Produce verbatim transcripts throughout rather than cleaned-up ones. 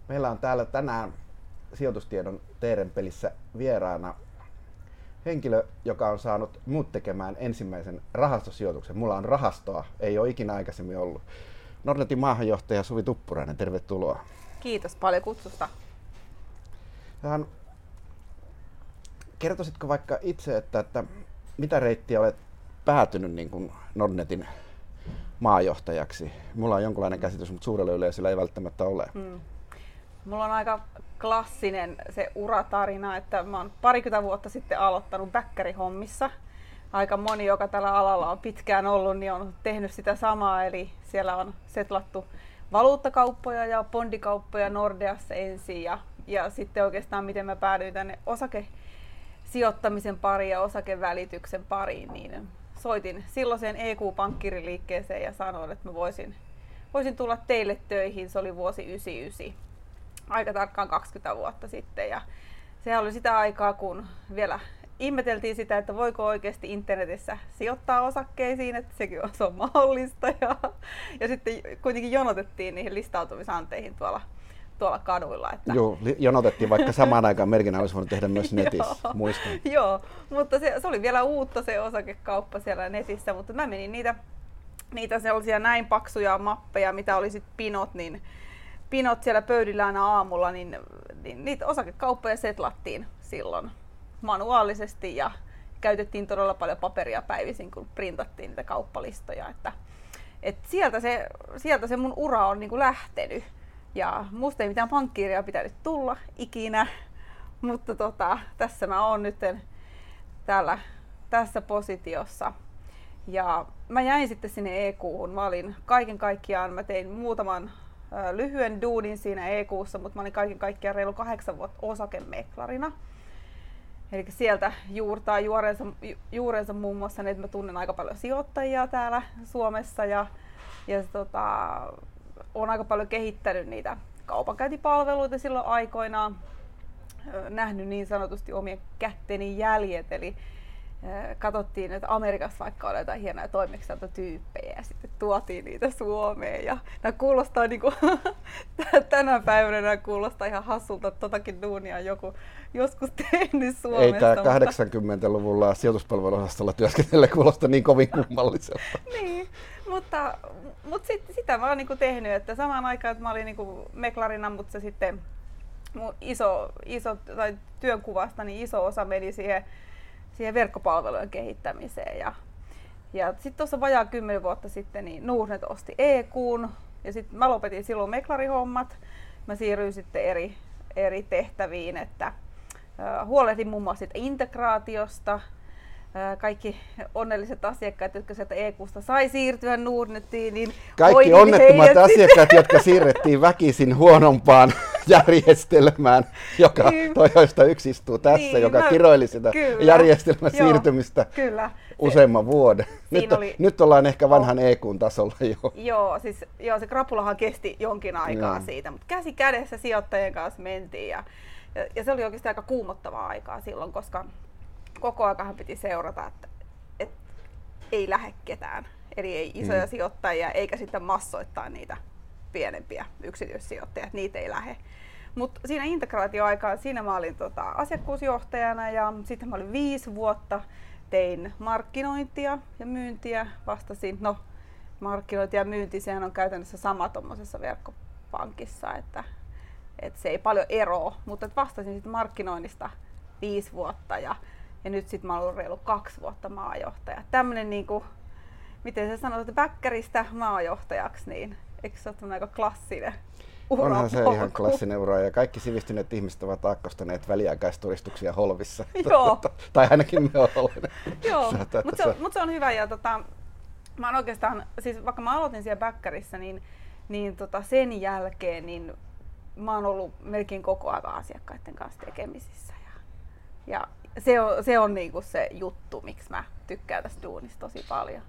Meillä on täällä tänään sijoitustiedon Teeren pelissä vieraana henkilö, joka on saanut mut tekemään ensimmäisen rahastosijoituksen. Mulla on rahastoa, ei ole ikinä aikaisemmin ollut. Nordnetin maahanjohtaja Suvi Tuppurainen, tervetuloa. Kiitos paljon kutsusta. Tähän, kertoisitko vaikka itse, että, että mitä reittiä olet päätynyt niin kuin Nordnetin maajohtajaksi? Mulla on jonkinlainen käsitys, mutta suurella yleisöllä ei välttämättä ole. Hmm. Mulla on aika klassinen se uratarina, että mä oon parikymmentä vuotta sitten aloittanut bäkkärihommissa. Aika moni, joka tällä alalla on pitkään ollut, niin on tehnyt sitä samaa, eli siellä on setlattu valuuttakauppoja ja bondikauppoja Nordeassa ensin ja, ja sitten oikeastaan miten mä päädyin tänne osakesijoittamisen pariin ja osakevälityksen pariin, niin soitin silloiseen E Q-pankkiriliikkeeseen ja sanoin, että mä voisin, voisin tulla teille töihin. Se oli vuosi yhdeksänkymmentäyhdeksän, aika tarkkaan kaksikymmentä vuotta sitten. Ja sehän oli sitä aikaa, kun vielä ihmeteltiin sitä, että voiko oikeasti internetissä sijoittaa osakkeisiin, että sekin on, se on mahdollista. Ja, ja sitten kuitenkin jonotettiin niihin listautumisanteihin tuolla, tuolla kaduilla. Että Joo, jonotettiin, vaikka samaan aikaan merkinnän olisi voinut tehdä myös netissä, muistan. Joo, mutta se, se oli vielä uutta se osakekauppa siellä netissä, mutta mä menin niitä, niitä sellaisia näin paksuja mappeja, mitä oli sitten pinot, niin pinot siellä pöydillä aina aamulla, niin, niin niitä osakekauppoja setlattiin silloin manuaalisesti ja käytettiin todella paljon paperia päivisin, kun printattiin niitä kauppalistoja. Että, et sieltä, se, sieltä se mun ura on niin kuin lähtenyt. Ja musta ei mitään pankkiiria pitänyt tulla ikinä, mutta tota, tässä mä oon nyt täällä tässä positiossa. Ja mä jäin sitten sinne E Q:hun. Mä olin kaiken kaikkiaan, mä tein muutaman ö, lyhyen duunin siinä E Q:ssa, mutta mä olin kaiken kaikkiaan reilu kahdeksan vuotta osakemeklarina. Eli sieltä juurtaa juurensa, juurensa muun muassa, että mä tunnen aika paljon sijoittajia täällä Suomessa ja, ja tota, olen aika paljon kehittänyt niitä kaupankäyntipalveluita silloin aikoinaan, nähnyt niin sanotusti omien kätteni jäljet, eli katsottiin, että Amerikassa vaikka oli jotain hienoja toimeksiantotyyppejä ja sitten tuotiin niitä Suomeen ja nämä kuulostaa niin kuin, tänä päivänä nämä kuulostaa ihan hassulta, että totakin duunia on joku joskus tehnyt Suomessa. Ei tämä kahdeksankymmentäluvulla sijoituspalveluosastolla työskennellä kuulosta niin kovin kummalliselta. Niin, mutta, mutta sit, sitä mä oon niin kuin tehnyt, että samaan aikaan, että mä olin niin kuin meklarina, mutta se sitten mun iso, iso tai työnkuvasta niin iso osa meni siihen siihen verkkopalvelujen kehittämiseen. Ja, ja sitten tuossa vajaa kymmenen vuotta sitten niin Nordnet osti E Q:n ja sitten mä lopetin silloin meklarihommat. Mä siirryin sitten eri, eri tehtäviin, että äh, huolehdin muun muassa siitä integraatiosta. Äh, kaikki onnelliset asiakkaat, jotka sieltä E Q:sta sai siirtyä Nordnetiin, niin kaikki onnettomat asiakkaat, jotka siirrettiin väkisin huonompaan järjestelmään, joka niin. toijoista yksi istuu tässä, niin, joka no, kiroili sitä kyllä. järjestelmän Joo, siirtymistä kyllä. useamman vuoden. Nyt, oli, nyt ollaan ehkä vanhan oh. E Q:n tasolla jo. Joo, siis joo, se krapulahan kesti jonkin aikaa no. siitä, mutta käsi kädessä sijoittajien kanssa mentiin ja, ja, ja se oli oikeasti aika kuumottavaa aikaa silloin, koska koko ajan piti seurata, että, että ei lähde ketään, eli ei isoja mm. sijoittajia eikä sitten massoittaa niitä pienempiä yksityissijoittajia, että niitä ei lähde. Mutta siinä integraatioaikaan, siinä mä olin tota, asiakkuusjohtajana ja sitten mä olin viisi vuotta, tein markkinointia ja myyntiä, vastasin, no markkinointi ja myynti, sehän on käytännössä sama tuommoisessa verkkopankissa, että, että se ei paljon eroa, mutta vastasin sitten markkinoinnista viisi vuotta ja, ja nyt sitten mä olen ollut reilu kaksi vuotta maajohtaja. Tämmöinen niinku, miten sä sanot, että bäkkäristä maajohtajaksi, niin eikö se ole aika klassinen ura? Onhan se ihan klassinen ura ja kaikki sivistyneet ihmiset ovat aakkostaneet väliaikaistodistuksia Holvissa. Joo. Tai ainakin me olemme. Joo, mutta se, mut se on hyvä ja tota, mä oon oikeastaan, siis vaikka mä aloitin siellä bäkkärissä, niin, niin tota sen jälkeen niin mä oon ollut melkein koko ajan asiakkaiden kanssa tekemisissä. Ja, ja se on, se on niinku se juttu, miksi mä tykkään tästä duunista tosi paljon.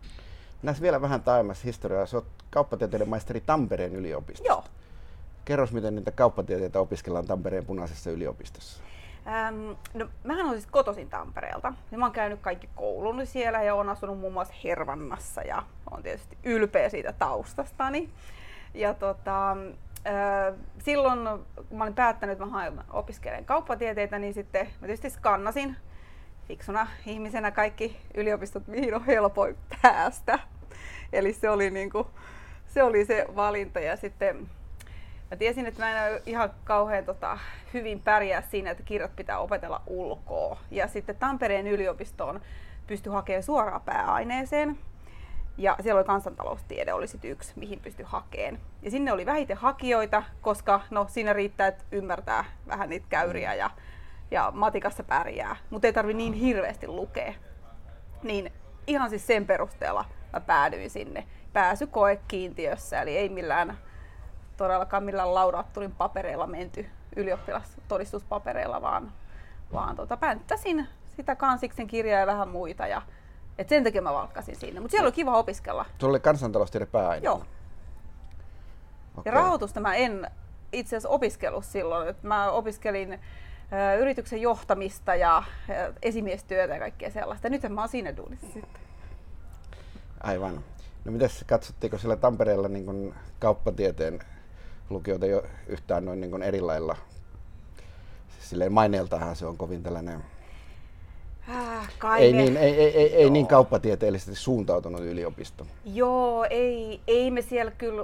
Näissä vielä vähän taimassa historiaa. Sä oot kauppatieteiden maisteri Tampereen yliopistossa. Joo. Kerros, miten niitä kauppatieteitä opiskellaan Tampereen punaisessa yliopistossa. Ähm, no, mähän olen siis kotoisin Tampereelta. Ja mä oon käynyt kaikki kouluni siellä ja oon asunut muun muassa Hervannassa ja oon tietysti ylpeä siitä taustastani. Ja tota, silloin, kun mä olin päättänyt, että mä haen opiskelen kauppatieteitä, niin sitten mä tietysti skannasin fiksuna ihmisenä kaikki yliopistot, mihin on helpoin päästä. Eli se oli, niinku, se, oli se valinta. Ja sitten mä tiesin, että mä en ihan kauhean tota, hyvin pärjää siinä, että kirjat pitää opetella ulkoa. Ja sitten Tampereen yliopistoon pystyi hakemaan suoraan pääaineeseen. Ja siellä oli kansantaloustiede, oli sit yksi, mihin pystyi hakemaan. Ja sinne oli vähiten hakijoita, koska no, siinä riittää, että ymmärtää vähän niitä käyriä ja, ja matikassa pärjää. Mutta ei tarvi niin hirveästi lukea. Niin ihan siis sen perusteella mä päädyin sinne. Pääsykoe kiintiössä, eli ei millään todellakaan millään laudaattorin papereilla menty, ylioppilastodistuspapereilla, vaan, vaan tota, pänttäsin sitä kansiksen kirjaa ja vähän muita. Ja, et sen takia mä valkkasin sinne, mutta siellä oli kiva opiskella. Sulla oli kansantaloustiede pääaine? Joo. Okay. Ja rahoitusta mä en itse asiassa opiskellut silloin. Et mä opiskelin ö, yrityksen johtamista ja ö, esimiestyötä ja kaikkea sellaista. Ja nyt mä oon siinä duunissa sitten. Aivan. No mites, katsottiinko siellä Tampereella niin kun kauppatieteen lukijoita jo yhtään noin niin kun eri lailla? Siis silleen maineeltahan se on kovin tällainen Äh, ei, niin, ei, ei, ei, ei niin kauppatieteellisesti suuntautunut yliopisto. Joo, ei, ei me siellä kyllä,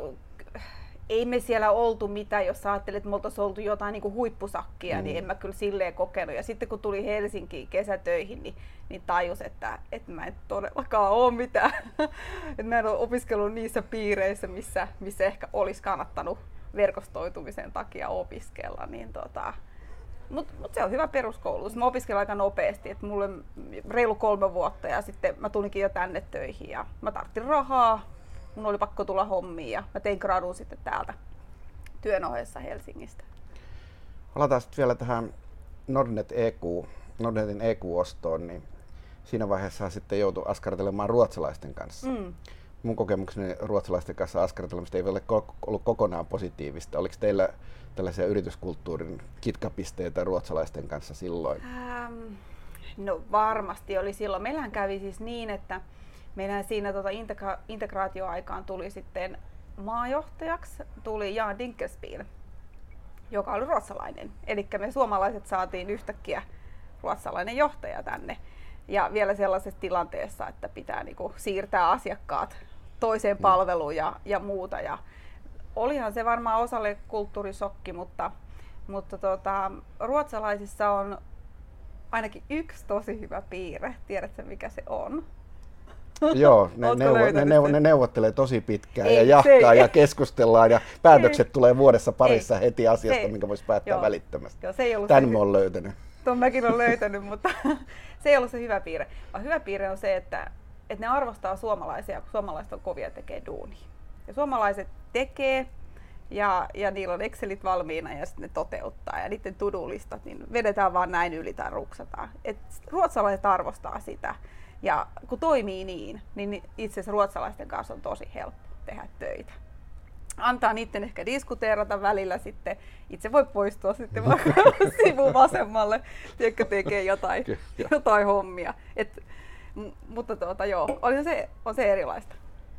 ei me siellä oltu mitään, jos ajattelet, että me oltaisiin oltu jotain niin kuin huippusakkia, mm. niin en mä kyllä silleen kokenut. Ja sitten kun tuli Helsinkiin kesätöihin, niin, niin tajus, että, että mä en todellakaan ole mitään. Että mä en ole opiskellut niissä piireissä, missä, missä ehkä olisi kannattanut verkostoitumisen takia opiskella. Niin tota, Mutta mut se on hyvä peruskoulutus. Mä opiskelin aika nopeasti, että mulle reilu kolme vuotta ja sitten mä tulinkin jo tänne töihin ja mä tarvitsin rahaa. Mun oli pakko tulla hommiin ja mä tein gradun sitten täältä työn ohessa Helsingistä. Palataan sitten vielä tähän Nordnet E Q, Nordnetin E Q-ostoon, niin siinä vaiheessa sitten joutui askartelemaan ruotsalaisten kanssa. Mm. Mun kokemukseni ruotsalaisten kanssa askartelemista ei ole ollut kokonaan positiivista. Oliko teillä tällaisia yrityskulttuurin kitkapisteitä ruotsalaisten kanssa silloin? Ähm, no varmasti oli silloin. Meillähän kävi siis niin, että meidän siinä tota integra- integraatioaikaan tuli sitten maajohtajaksi tuli Jan Dinkelspiel, joka oli ruotsalainen. Eli me suomalaiset saatiin yhtäkkiä ruotsalainen johtaja tänne. Ja vielä sellaisessa tilanteessa, että pitää niinku siirtää asiakkaat toiseen palveluun ja, ja muuta. Ja olihan se varmaan osalle kulttuurisokki, mutta, mutta tota, ruotsalaisissa on ainakin yksi tosi hyvä piirre. Tiedätkö mikä se on? Joo, ne, neuvo, ne, neuvo, ne neuvottelee tosi pitkään ei, ja jahkaa ja keskustellaan ja päätökset ei. tulee vuodessa parissa ei. heti asiasta, ei. minkä voisi päättää Joo. välittömästi. Joo, se ei ollut Tän mä oon löytänyt. Tuon mäkin olen löytänyt, mutta se ei ollut se hyvä piirre. Vaan hyvä piirre on se, että, että ne arvostaa suomalaisia, kun suomalaiset on kovia tekee duunia. Ja suomalaiset tekee ja, ja niillä on Excelit valmiina ja sitten ne toteuttaa ja niiden to-do-listat, niin vedetään vaan näin yli tai ruksataan. Et ruotsalaiset arvostaa sitä ja kun toimii niin, niin itse asiassa ruotsalaisten kanssa on tosi helppo tehdä töitä. Antaa niiden ehkä diskuteerata välillä sitten. Itse voi poistua sitten vaikka sivuun vasemmalle, tiedätkö, tekee jotain, jotain hommia. Et, m- mutta tuota, joo, on se, on se erilaista.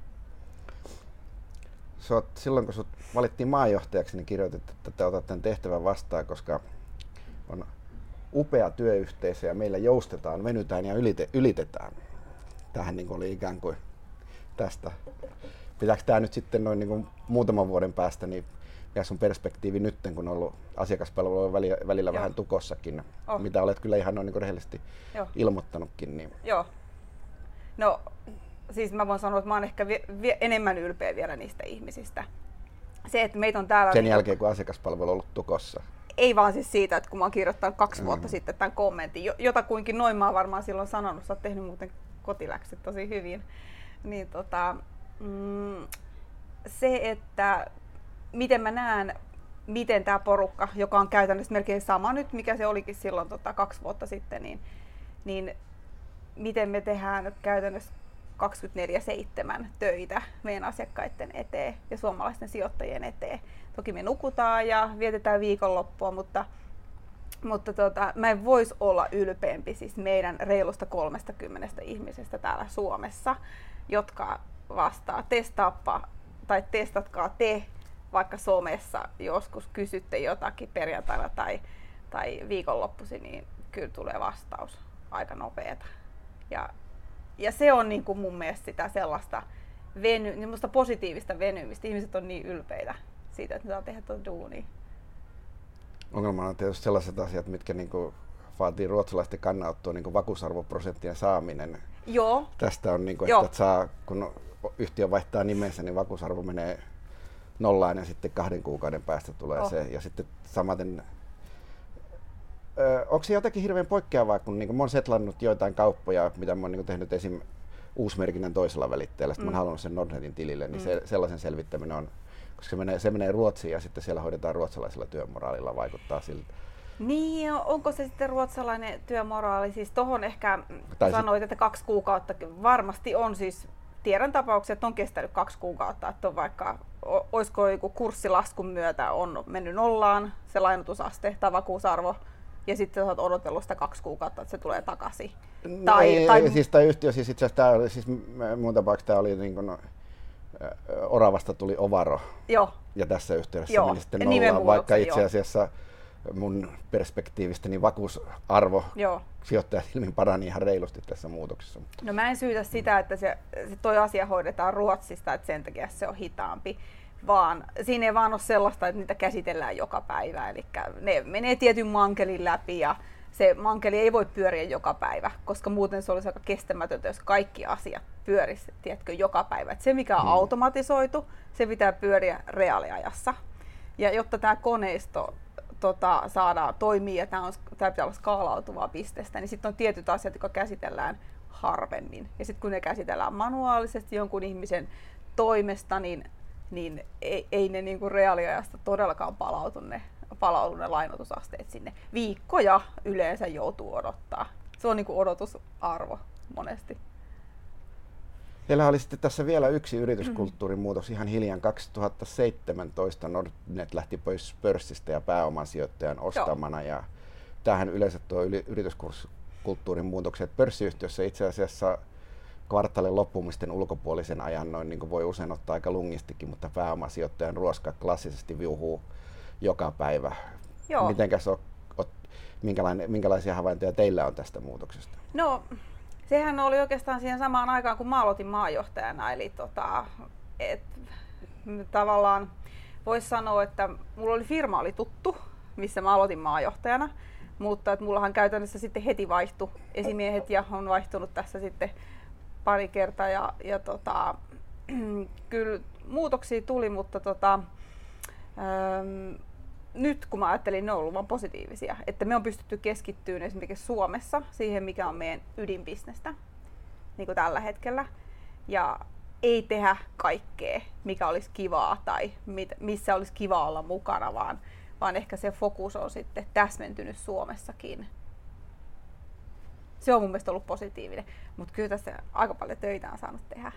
Oot, silloin kun sut valittiin maanjohtajaksi, niin kirjoitit, että te otat tämän tehtävän vastaan, koska on upea työyhteisö ja meillä joustetaan, venytään ja ylite, ylitetään. Tähän niin oli ikään kuin tästä. Pitääkö tämä nyt sitten noin niin kuin muutaman vuoden päästä, niin mikä sun perspektiivi nyt, kun on ollut asiakaspalvelujen välillä, välillä vähän tukossakin, oh. mitä olet kyllä ihan noin niin kuin rehellisesti Joo. ilmoittanutkin. Niin. Joo. No siis mä voin sanoa, että mä oon ehkä vie, vie, enemmän ylpeä vielä niistä ihmisistä. Se, että meitä on täällä... Sen niin jälkeen, kun asiakaspalvelu on ollut tukossa. Ei vaan siis siitä, että kun mä oon kirjoittanut kaksi mm-hmm. vuotta sitten tämän kommentin, jotakuinkin noin mä oon varmaan silloin sanonut, sä oot tehnyt muuten kotiläksyt tosi hyvin, niin tota... Mm, se, että miten mä näen, miten tämä porukka, joka on käytännössä melkein sama nyt, mikä se olikin silloin tota, kaksi vuotta sitten, niin, niin miten me tehdään käytännössä kaksikymmentäneljä seitsemän töitä meidän asiakkaiden eteen ja suomalaisten sijoittajien eteen. Toki me nukutaan ja vietetään viikonloppua, mutta, mutta tota, mä en voisi olla ylpeämpi siis meidän reilusta kolmekymmentä ihmisestä täällä Suomessa, jotka vastaa testaappa tai testatkaa te vaikka somessa joskus kysytte jotakin perjantaina tai, tai viikonloppuisin, niin kyllä tulee vastaus aika nopeeta. Ja, ja se on niin kuin mun mielestä sitä sellaista veny, niin musta positiivista venymistä. Ihmiset on niin ylpeitä siitä, että ne saa tehdä tuota duunia. Ongelmana on tietysti sellaiset asiat, mitkä niinku vaatii ruotsalaisten kannanottoa, niin kuin vakuusarvoprosenttien saaminen. Joo. Tästä on, niin kuin, että, että saa, kun yhtiö vaihtaa nimensä, niin vakuusarvo menee nollaan ja sitten kahden kuukauden päästä tulee oh. se. Ja sitten samaten, ö, onko se jotenkin hirveän poikkeavaa, kun niin kuin mä oon setlannut joitain kauppoja, mitä mä oon niin kuin tehnyt esim. Uusmerkinnän toisella välitteellä, sitten mm. mä oon halunnut sen Nordnetin tilille, niin mm. se, sellaisen selvittäminen on, koska se menee, se menee Ruotsiin ja sitten siellä hoidetaan ruotsalaisella työmoraalilla, vaikuttaa siltä. Niin, onko se sitten ruotsalainen työmoraali? Siis tohon ehkä tai sanoit, että kaksi kuukautta varmasti on siis, tiedän tapauksia, että on kestänyt kaksi kuukautta, että on vaikka, olisiko joku kurssilaskun myötä on mennyt nollaan se lainotusaste tai vakuusarvo, ja sitten olet odotellut sitä kaksi kuukautta, että se tulee takaisin. No, tai, ei, tai... Siis tämä yhtiö, siis itse asiassa tämä oli, siis mun tapauksessa tämä oli niin kuin, no, Oravasta tuli Ovaro. Joo. Ja tässä yhteydessä Joo. se meni sitten nollaan, vaikka itse asiassa jo. mun perspektiivistä niin vakuusarvo sijoittajan silmin parani ihan reilusti tässä muutoksessa. No mä en syytä sitä, että se, se toi asia hoidetaan Ruotsista, että sen takia se on hitaampi. Vaan siinä ei vaan ole sellaista, että niitä käsitellään joka päivä. Eli ne menee tietyn mankelin läpi ja se mankeli ei voi pyöriä joka päivä, koska muuten se olisi aika kestämätöntä, jos kaikki asiat pyörisi, tiedätkö, joka päivä. Et se, mikä on hmm. automatisoitu, se pitää pyöriä reaaliajassa. Ja jotta tämä koneisto tota, saadaan toimia ja tämä pitää olla skaalautuvaa pisteestä, niin sitten on tietyt asiat, jotka käsitellään harvemmin. Ja sitten kun ne käsitellään manuaalisesti jonkun ihmisen toimesta, niin niin ei, ei ne niinku reaaliajasta todellakaan palautu ne, palautu ne lainotusasteet sinne. Viikkoja yleensä joutuu odottaa. Se on niinku odotusarvo monesti. Teillä oli sitten tässä vielä yksi yrityskulttuurin muutos. Ihan hiljan kaksituhattaseitsemäntoista Nordnet lähti pois pörssistä ja pääomasijoittajan ostamana. Ja tämähän yleensä tuo yrityskulttuurin muutokset pörssiyhtiössä itse asiassa kvartaalin loppumisten ulkopuolisen ajan noin niin kuin voi usein ottaa aika lungistikin, mutta pääomasijoittajan ruoska klassisesti viuhuu joka päivä. Joo. Mitenkäs on, minkälaisia havaintoja teillä on tästä muutoksesta? No, sehän oli oikeastaan siihen samaan aikaan, kun mä aloitin maajohtajana. Eli tota, et, tavallaan voisi sanoa, että mulla oli firma oli tuttu, missä mä aloitin maajohtajana, mutta että mullahan käytännössä sitten heti vaihtui esimiehet ja on vaihtunut tässä sitten pari kertaa ja, ja tota, kyllä muutoksia tuli, mutta tota, äm, nyt kun mä ajattelin, ne on ollut vaan positiivisia, että me on pystytty keskittymään esimerkiksi Suomessa siihen, mikä on meidän ydinbisnestä niin kuin tällä hetkellä, ja ei tehdä kaikkea, mikä olisi kivaa tai mit, missä olisi kiva olla mukana, vaan, vaan ehkä se fokus on sitten täsmentynyt Suomessakin. Se on mun mielestä ollut positiivinen, mutta kyllä tässä aika paljon töitä on saanut tehdä.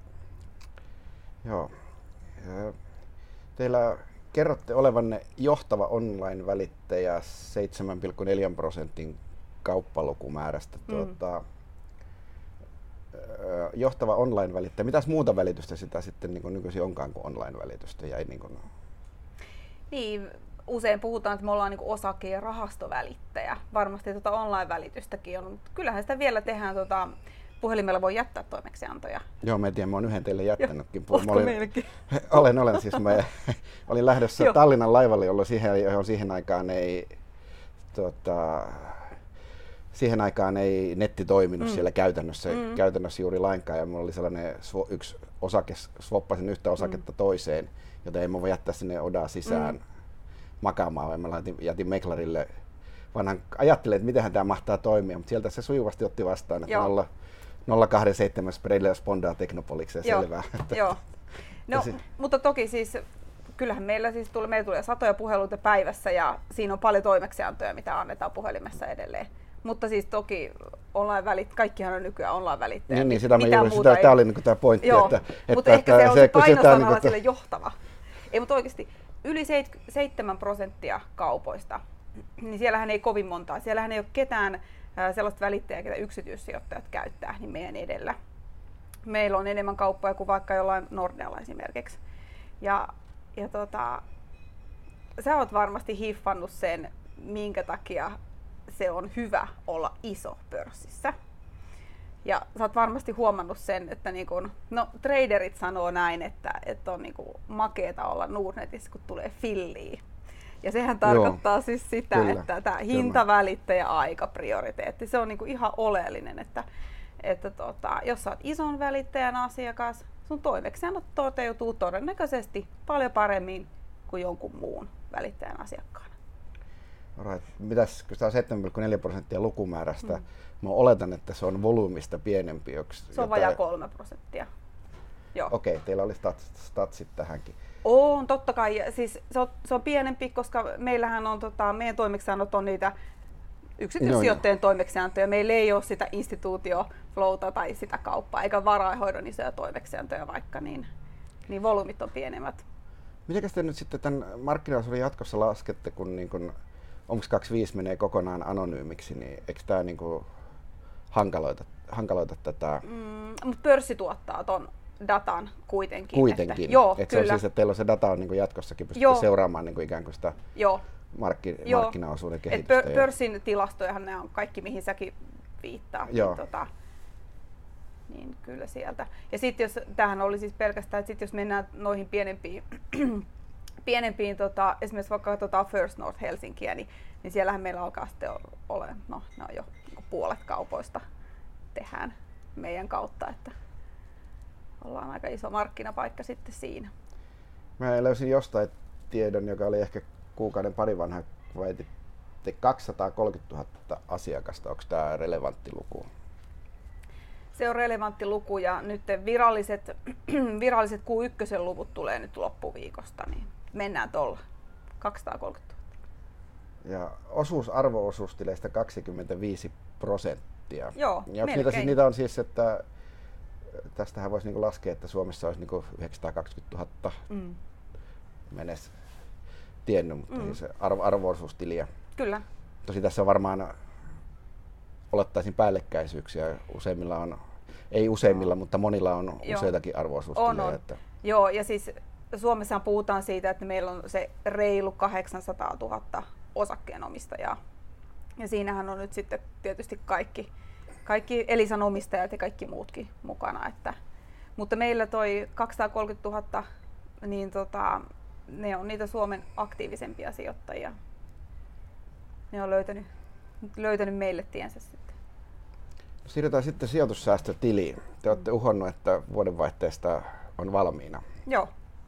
Joo. Teillä kerrotte olevanne johtava online-välittäjä seitsemän pilkku neljä prosentin kauppalukumäärästä. Mm. Tuota, johtava online-välittäjä. Mitäs muuta välitystä sitä sitten niin kuin nykyisin onkaan kuin online-välitystä? Jäi niin, kuin... niin, usein puhutaan, että me ollaan niin kuin osake- ja rahastovälittäjä. Varmasti tuota online-välitystäkin on, mutta kyllähän sitä vielä tehdään. Tuota, puhelimella voi jättää toimeksiantoja. Joo, mä en tiedä, mä oon yhden teille jättänytkin. Mä olin, olen, olen siis. Mä olin lähdössä Tallinnan laivalle, jolloin siihen, johon siihen aikaan ei, tuota, siihen aikaan ei netti toiminut mm. siellä käytännössä, mm. käytännössä juuri lainkaan. Ja mulla oli sellainen yksi osake, swappasin yhtä osaketta mm. toiseen, joten ei mä voi jättää sinne odaa sisään mm. makaamaan. Mä jätin, jätin meklarille vanhan, ajattelin, että mitenhän tämä mahtaa toimia, mutta sieltä se sujuvasti otti vastaan, että nolla pilkku kaksikymmentäseitsemän spreillä ja spondaa Teknopolikseen selvää. Joo. No, si- mutta toki siis, kyllähän meillä siis tulee, meillä tulee satoja puheluita päivässä ja siinä on paljon toimeksiantoja, mitä annetaan puhelimessa edelleen. Mutta siis toki online-välit, kaikkihan on nykyään online-välittäjä. Niin, niin sitä mä juuri, sitä, tämä oli niin tämä pointti. Joo, että, mutta että, ehkä se on se painosanalla niin sille johtava. Ei, mutta oikeasti yli seitsemän prosenttia kaupoista, niin siellähän ei kovin montaa. Siellähän ei ole ketään sellaista välittäjää, ketä yksityissijoittajat käyttää, niin meidän edellä. Meillä on enemmän kauppoja kuin vaikka jollain Nordealla esimerkiksi. Ja ja tota, sä oot varmasti hiffannut sen, minkä takia se on hyvä olla iso pörssissä. Ja sä oot varmasti huomannut sen, että niin kun, no, traderit sanoo näin, että, että on niin kun makeeta olla Nordnetissä, kun tulee filliä. Ja sehän tarkoittaa Joo, siis sitä, kyllä, että tämä hintavälittäjä ja aikaprioriteetti, se on niin kun ihan oleellinen, että, että tota, jos sä oot ison välittäjän asiakas, sun toimeksiannot toteutuu todennäköisesti paljon paremmin kuin jonkun muun välittäjän asiakkaana. Right. Mitäs, kun se on seitsemän pilkku neljä prosenttia lukumäärästä, mm. mä oletan, että se on volyymista pienempi. Joks, se on vajaa kolme prosenttia. Okei, okay, teillä oli stats, statsit tähänkin. On, totta kai. Siis se, on, se on pienempi, koska meillähän on, tota, meidän toimeksiannot on niitä yksityissijoittajien no, toimeksiantoja. Meillä ei ole sitä instituutioflowta tai sitä kauppaa, eikä varainhoidon isoja toimeksiantoja vaikka, niin, niin volyymit on pienemmät. Mitenkäs te nyt sitten tämän markkinaosuuden jatkossa laskette, kun niin kun O M X kaksikymmentäviisi menee kokonaan anonyymiksi, niin eikö tämä niin kuin hankaloita, hankaloita tätä? Mm, mutta pörssi tuottaa ton datan kuitenkin. Kuitenkin, että, joo, että se on siis, että teillä on se data on niin kuin jatkossakin, pystytte seuraamaan niin kuin ikään kuin sitä joo. Markki, joo. markkinaosuuden kehitystä. Et pör, pörssin tilastojahan ne on kaikki, mihin säkin viittaa. Niin, tota, niin kyllä sieltä. Ja sitten jos, tämähän oli siis pelkästään, että sit jos mennään noihin pienempiin pienempiin, tota, esimerkiksi vaikka katsotaan First North Helsinkiä, niin, niin siellähän meillä alkaa sitten ole, no ne on jo niin puolet kaupoista tehdään meidän kautta, että ollaan aika iso markkinapaikka sitten siinä. Mä löysin jostain tiedon, joka oli ehkä kuukauden pari vanha, väititte kaksisataakolmekymmentätuhatta asiakasta, onko tämä relevantti luku? Se on relevantti luku ja nyt viralliset, viralliset Q yksi luvut tulee nyt loppuviikosta, niin mennään tuolla kaksisataakolmekymmentätuhatta. Ja osuus arvo-osuustileistä kaksikymmentäviisi prosenttia. Joo, ja niitä, siis, niitä on siis, että tästähän voisi niinku laskea, että Suomessa olisi niinku yhdeksänsataakaksikymmentätuhatta mm. menes tiennyt, mutta mm. siis arvo, arvo-osuustiliä. Kyllä. Tosi tässä on varmaan olettaisin päällekkäisyyksiä. Useimmilla on, ei useimmilla, mutta monilla on Joo. useitakin arvo-osuustilejä. On, on. Että Joo, ja siis Suomessa puhutaan siitä, että meillä on se reilu kahdeksansataatuhatta osakkeenomistajaa. Ja siinähän on nyt sitten tietysti kaikki, kaikki Elisan omistajat ja kaikki muutkin mukana. Että, mutta meillä toi kaksisataakolmekymmentätuhatta, niin tota, ne on niitä Suomen aktiivisempia sijoittajia. Ne on löytänyt, löytänyt meille tiensä sitten. Siirrytään sitten sijoitussäästötiliin. Te olette uhonnut, että vuodenvaihteesta on valmiina. Joo.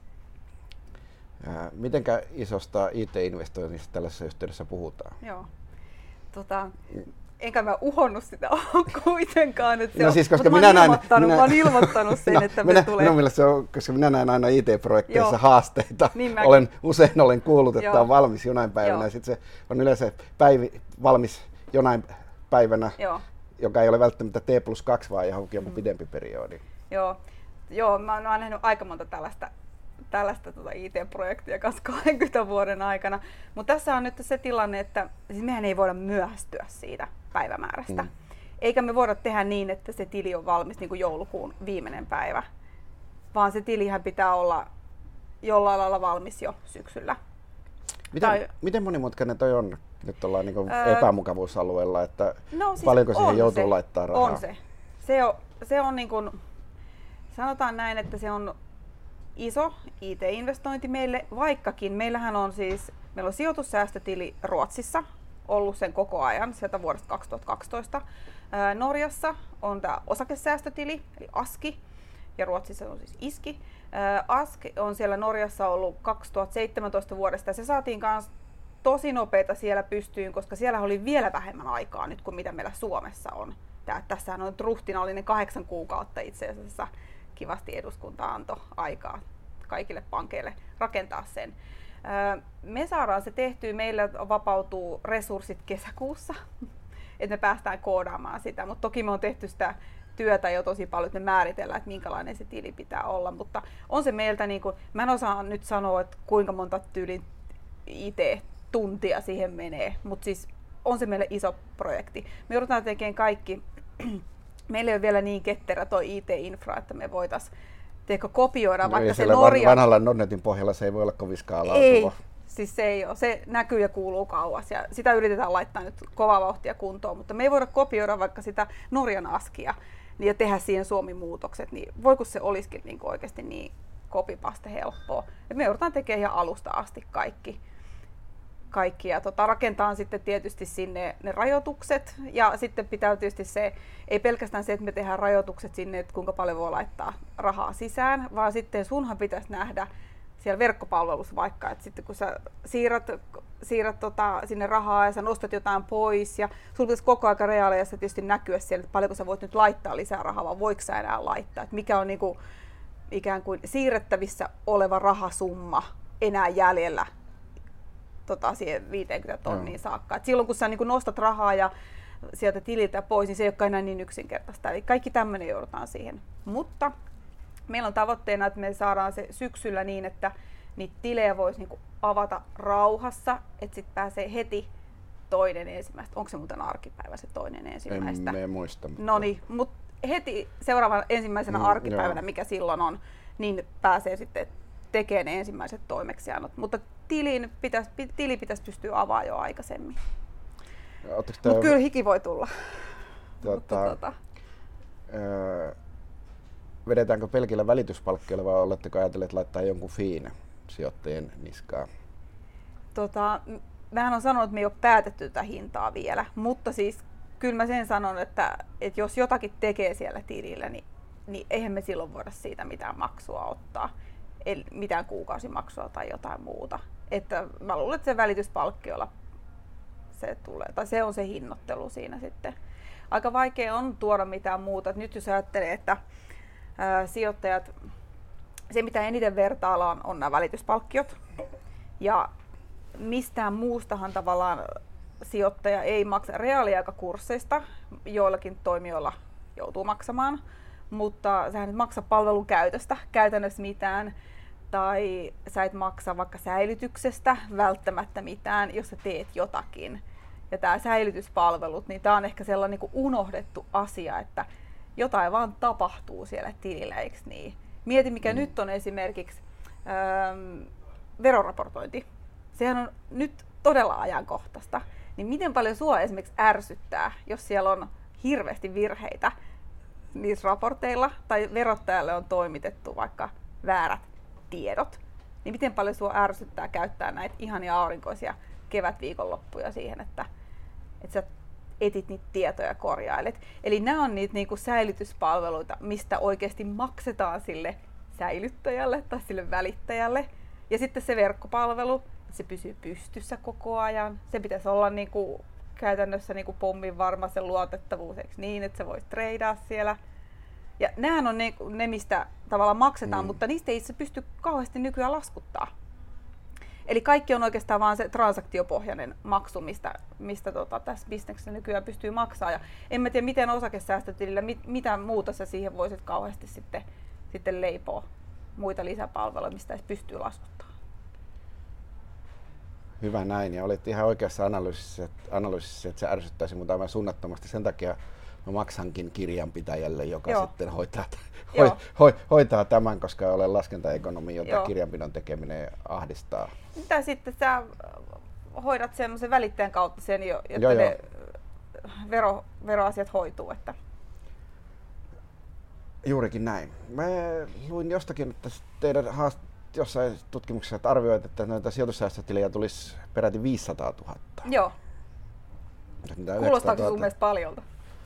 Mitenkä isosta I T-investoinnista tällaisessa yhteydessä puhutaan? Joo. Tota, enkä mä uhonnut sitä kuitenkaan, että se no on, siis, koska mä, minä oon näen, ilmoittanut, minä, mä oon ilmoittanut sen, no, että minä, me tulee. Minun mielestä se on, koska minä näen aina I T-projekteissa Joo. haasteita. Niin olen, usein olen kuullut, että Joo. on valmis jonain päivänä Joo. ja sitten se on yleensä päivi, valmis jonain päivänä, Joo. joka ei ole välttämättä T plus kaksi, vaan johonkin joku mm. pidempi periodi. Joo, Joo mä, mä oon nähnyt aika monta tällaista tällaista tuota I T-projektia kanssa kaksikymmentä vuoden aikana. Mutta tässä on nyt se tilanne, että siis mehän ei voida myöhästyä siitä päivämäärästä. Mm. Eikä me voida tehdä niin, että se tili on valmis niin kuin joulukuun viimeinen päivä. Vaan se tilihän pitää olla jollain lailla valmis jo syksyllä. Miten, tai, miten monimutkainen toi on? Nyt ollaan niin kuin öö, epämukavuusalueella, että no, siis paljonko siihen joutuu se, laittaa rahaa? On se. Se on, se on niin kuin, sanotaan näin, että se on iso I T-investointi meille, vaikkakin meillähän on siis, meillä on sijoitussäästötili Ruotsissa ollut sen koko ajan, sieltä vuodesta kaksituhattakaksitoista. Ää, Norjassa on tämä osakesäästötili, eli ASKI, ja Ruotsissa on siis ISKI. Ää, ASK on siellä Norjassa ollut kaksituhattaseitsemäntoista vuodesta, ja se saatiin myös tosi nopeita siellä pystyyn, koska siellä oli vielä vähemmän aikaa nyt kuin mitä meillä Suomessa on. Tää, tässähän on ruhtinallinen kahdeksan kuukautta itse asiassa. Kivasti eduskunta antoi aikaa kaikille pankeille rakentaa sen. Me saadaan se tehtyä, meillä vapautuu resurssit kesäkuussa, että me päästään koodaamaan sitä, mutta toki me on tehty sitä työtä jo tosi paljon, että me määritellään, että minkälainen se tili pitää olla, mutta on se meiltä, niin kuin, mä en osaa nyt sanoa, että kuinka monta tyylin I T-tuntia siihen menee, mutta siis on se meille iso projekti. Me joudutaan tekemään kaikki. Meillä ei ole vielä niin ketterä toi I T-infra, että me voitaisiin teekö, kopioida no vaikka se Norjan... vanhalla Nordnetin pohjalla se ei voi olla koviskaan laatua. Ei, siis se ei ole. Se näkyy ja kuuluu kauas ja sitä yritetään laittaa nyt kovaa vauhtia kuntoon, mutta me ei voida kopioida vaikka sitä Norjan askia ja tehdä siihen Suomi-muutokset, niin voi kun se olisikin niin oikeasti niin copy-paste helppoa. Et me joudutaan tekemään ihan alusta asti kaikki. kaikki. Ja tota, rakentaa sitten tietysti sinne ne rajoitukset ja sitten pitää tietysti se, ei pelkästään se, että me tehdään rajoitukset sinne, että kuinka paljon voi laittaa rahaa sisään, vaan sitten sunhan pitäisi nähdä siellä verkkopalvelussa vaikka, että sitten kun sä siirrät, siirrät tota, sinne rahaa ja sä nostat jotain pois ja sulla pitäisi koko ajan reaaliajassa tietysti näkyä siellä, että paljonko sä voit nyt laittaa lisää rahaa, vai voiko sä enää laittaa, että mikä on niinku ikään kuin siirrettävissä oleva rahasumma enää jäljellä tota, siihen viisikymmentä tonniin saakka. Et silloin kun sä niin nostat rahaa ja sieltä tililtä pois, niin se ei olekaan enää niin yksinkertaista. Eli kaikki tämmöinen joudutaan siihen. Mutta meillä on tavoitteena, että me saadaan se syksyllä niin, että niitä tilejä voisi niin avata rauhassa, että sitten pääsee heti toinen ensimmäistä. Onko se muuten arkipäivä se toinen ensimmäistä? En, en muista. No niin, mutta heti seuraavan ensimmäisenä mm, arkipäivänä, joo. mikä silloin on, niin pääsee sitten tekemään ne ensimmäiset toimeksiannot. Mutta tilin pitäisi, tili pitäisi pystyä avaamaan jo aikaisemmin. Mutta tämä... kyllä hiki voi tulla. Tuota, Mutta, tuota... öö, vedetäänkö pelkillä välityspalkkioilla vai oletteko ajatelleet laittaa jonkun fiin sijoittajien niskaan? Tota, mähän on sanonut, että me ei ole päätetty tätä hintaa vielä, mutta siis kyllä mä sen sanon, että, että jos jotakin tekee siellä tilillä, niin, niin eihän me silloin voida siitä mitään maksua ottaa, eli mitään kuukausimaksua tai jotain muuta. Että mä luulen, että se välityspalkkiolla se tulee, tai se on se hinnoittelu siinä sitten. Aika vaikea on tuoda mitään muuta. Nyt jos ajattelee, että ää, sijoittajat, se mitä eniten vertaillaan on nämä välityspalkkiot, ja mistään muustahan tavallaan sijoittaja ei maksa reaaliaikakursseista, joillakin toimijoilla joutuu maksamaan, mutta sä et maksa palvelun käytöstä käytännössä mitään, tai sä et maksa vaikka säilytyksestä välttämättä mitään, jos sä teet jotakin. Ja tää säilytyspalvelut, niin tää on ehkä sellainen niin kuin unohdettu asia, että jotain vaan tapahtuu siellä tilillä, eikö niin? Mieti, mikä mm. nyt on esimerkiksi ähm, veroraportointi. Sehän on nyt todella ajankohtaista. Niin miten paljon sua esimerkiksi ärsyttää, jos siellä on hirveästi virheitä niissä raporteilla, tai verottajalle on toimitettu vaikka väärät tiedot, niin miten paljon sua ärsyttää käyttää näitä ihania aurinkoisia kevätviikonloppuja siihen, että, että sä etit niitä tietoja ja korjailet. Eli nämä on niitä niinku säilytyspalveluita, mistä oikeasti maksetaan sille säilyttäjälle tai sille välittäjälle. Ja sitten se verkkopalvelu, se pysyy pystyssä koko ajan. Se pitäisi olla niinku käytännössä niinku pommin varma se luotettavuus, eikö niin, että se voisi treidaa siellä. Ja nämähän on ne, ne mistä tavallaan maksetaan, mm. mutta niistä ei itse pysty kauheasti nykyään laskuttaa. Eli kaikki on oikeastaan vaan se transaktiopohjainen maksu, mistä, mistä tota, tässä bisneksessä nykyään pystyy maksaa. Ja en mä tiedä, miten osakesäästötilillä, mit, mitä muuta sä siihen voisit kauheasti sitten, sitten leipoa muita lisäpalveluja, mistä edes pystyy laskuttamaan. Hyvä näin, ja olit ihan oikeassa analyysissä, analyysissä että se ärsyttäisi mut aivan suunnattomasti. Sen takia mä maksankin kirjanpitäjälle, joka Joo. sitten hoitaa, ho, ho, hoitaa tämän, koska olen laskentaekonomi, jota Joo. kirjanpidon tekeminen ahdistaa. Mitä sitten sä hoidat semmoisen välittäjän kautta sen, että Joo, ne jo. vero, veroasiat hoituu? Että... Juurikin näin. Mä luin jostakin, että teidän haast- jossain tutkimuksessa että arvioit, että näitä sijoitussäästötilejä tulisi peräti viisisataatuhatta. Joo. Kuulostaako sun mielestä paljolta?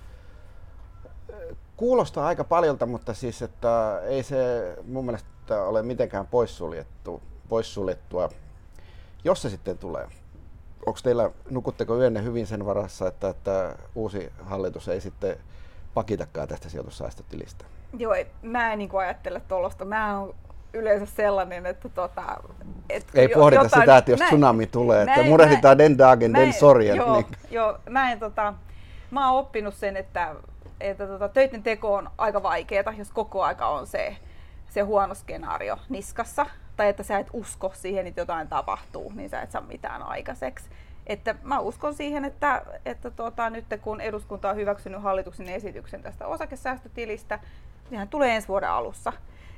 Kuulostaa aika paljolta, mutta siis että ei se mun mielestä ole mitenkään poissuljettu, poissuljettua, jos se sitten tulee. Onko teillä, nukutteko yönne hyvin sen varassa, että, että uusi hallitus ei sitten pakitakaan tästä sijoitussäästötilistä? Joo, ei, mä en niin kuin ajattele tuollaista. Mä oon yleensä sellainen, että tota... Et ei pohdita jotain, sitä, että jos näin, tsunami tulee, näin, että murehditaan näin, den dagen, den sorgen. Joo, niin. joo mä, en, tota, mä oon oppinut sen, että että tota, töiden teko on aika vaikeaa, jos koko aika on se, se huono skenaario niskassa, tai että sä et usko siihen, että jotain tapahtuu, niin sä et saa mitään aikaiseksi. Että mä uskon siihen, että, että tota, nyt kun eduskunta on hyväksynyt hallituksen esityksen tästä osakesäästötilistä, sehän tulee ensi vuoden alussa.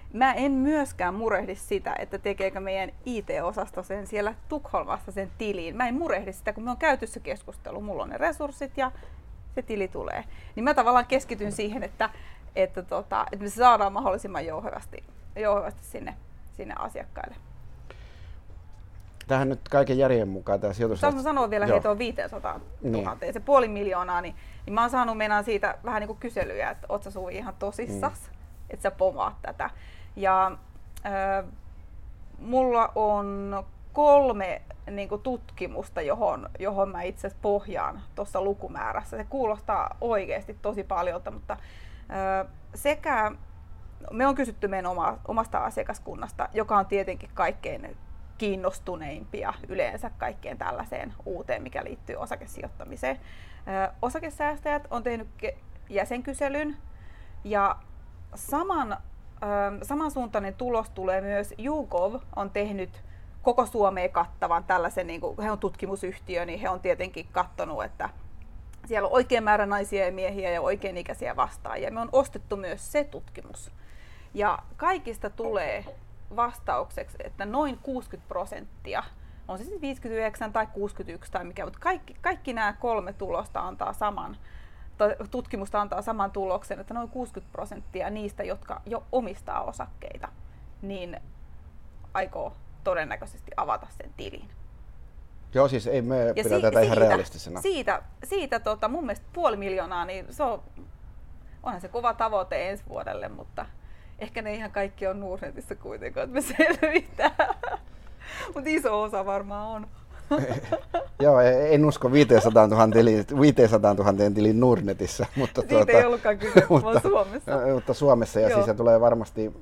Mä en myöskään murehdi sitä, että tekeekö meidän I T-osasto sen siellä Tukholmassa sen tiliin. Mä en murehdi sitä, kun me on käyty se keskustelu. Mulla on ne resurssit ja se tili tulee. Niin mä tavallaan keskityn siihen, että, että, tota, että me saadaan mahdollisimman jouhevasti, jouhevasti sinne, sinne asiakkaille. Tähän nyt kaiken järjen mukaan tämä sijoitus... Saanko sanoa vielä, että on viisisataa tuhatta, niin. Se puoli miljoonaa, niin, niin mä oon saanut meinaan siitä vähän niin kuin kyselyjä, että oot sä Suvi ihan tosissas, mm. että sä pomaat tätä. Ja äh, mulla on kolme niin kuin tutkimusta, johon, johon mä itse asiassa pohjaan tuossa lukumäärässä. Se kuulostaa oikeasti tosi paljolta, mutta äh, sekä me on kysytty meidän oma, omasta asiakaskunnasta, joka on tietenkin kaikkein kiinnostuneimpia yleensä kaikkeen tällaiseen uuteen, mikä liittyy osakesijoittamiseen. Ö, osakesäästäjät on tehnyt ke- jäsenkyselyn ja saman, ö, samansuuntainen tulos tulee myös YouGov on tehnyt koko Suomeen kattavan tällaisen, niin kuin he on tutkimusyhtiö, niin he on tietenkin katsonut, että siellä on oikein määrä naisia ja miehiä ja oikein ikäisiä vastaajia. Me on ostettu myös se tutkimus. Ja kaikista tulee vastaukseksi, että noin kuusikymmentä prosenttia, on se sitten viisikymmentäyhdeksän tai kuusikymmentäyksi tai mikä, mutta kaikki, kaikki nämä kolme tulosta antaa saman, tutkimusta antaa saman tuloksen, että noin kuusikymmentä prosenttia niistä, jotka jo omistaa osakkeita, niin aikoo todennäköisesti avata sen tilin. Joo, siis ei me ja pidä si- tätä ihan siitä, realistisena. Siitä, siitä tota, mun mielestä puoli miljoonaa, niin se on, onhan se kova tavoite ensi vuodelle, mutta ehkä ne ihan kaikki on Nordnetissä kuitenkaan, että me selvitään. Mutta iso osa varmaan on. Joo, en usko viisisataa tuhatta tilin Nordnetissä. Mutta siitä tuota, ei ollutkaan kyse, vaan Suomessa. Mutta Suomessa, ja siis se tulee varmasti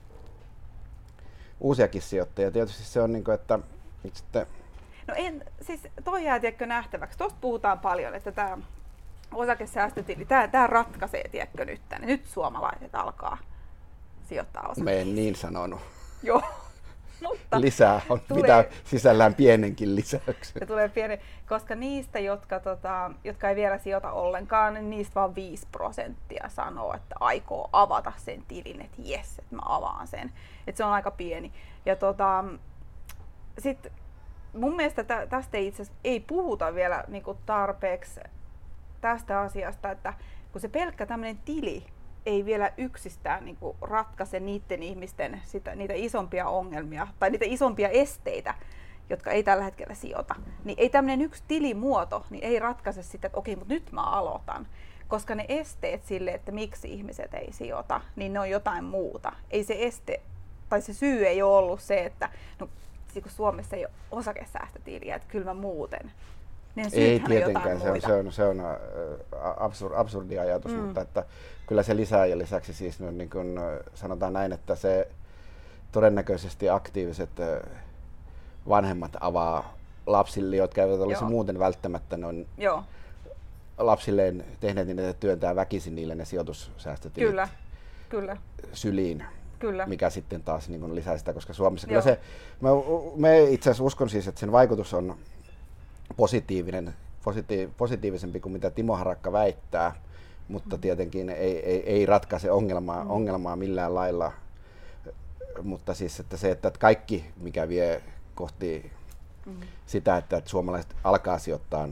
uusiakin sijoittajia. Tietysti se on niin kuin, että sitten... No en, siis toi jää tiedätkö nähtäväksi. Tuosta puhutaan paljon, että tämä osakesäästötili, tämä ratkaisee tiedätkö nyt tänne. Nyt suomalaiset alkaa sijoittaa osakkeisiin. Me en niin sanonut. Joo. Mutta lisää on, tulee, mitä sisällään pienenkin lisäyksen. Se tulee pieni, koska niistä, jotka, tota, jotka ei vielä sijoita ollenkaan, niin niistä vaan viisi prosenttia sanoo, että aikoo avata sen tilin, että jes, että mä avaan sen. Että se on aika pieni. Ja tota, sit mun mielestä tä, tästä ei itse asiassa ei puhuta vielä niin kuin tarpeeksi tästä asiasta, että kun se pelkkä tämmöinen tili ei vielä yksistään niin kuin ratkaise niiden ihmisten sitä, niitä isompia ongelmia tai niitä isompia esteitä, jotka ei tällä hetkellä sijoita. Niin ei tämmöinen yksi tilimuoto niin ei ratkaise sitä, että okei, mutta nyt mä aloitan. Koska ne esteet sille, että miksi ihmiset ei sijoita, niin ne on jotain muuta. Ei se este, tai se syy ei ole ollut se, että no, kun Suomessa ei ole osakesäästötiliä, että kyllä mä muuten. Ei tietenkään, se on, se on, se on absur, absurdi ajatus, mm. mutta että kyllä se lisää ja lisäksi siis no, niin kuin sanotaan näin, että se todennäköisesti aktiiviset vanhemmat avaa lapsille, jotka eivät olisi Joo. muuten välttämättä noin Joo. lapsilleen tehneet, niin ne työntää väkisin niille ne sijoitussäästötilit kyllä. Kyllä. syliin. Kyllä. Mikä sitten taas niin kuin lisää sitä, koska Suomessa kyllä se, mä, mä itse asiassa uskon siis, että sen vaikutus on positiivinen, positi, positiivisempi kuin mitä Timo Harakka väittää, mutta mm. tietenkin ei, ei, ei ratkaise ongelmaa, mm. ongelmaa millään lailla. Mutta siis että se, että kaikki mikä vie kohti mm. sitä, että, että suomalaiset alkaa sijoittaa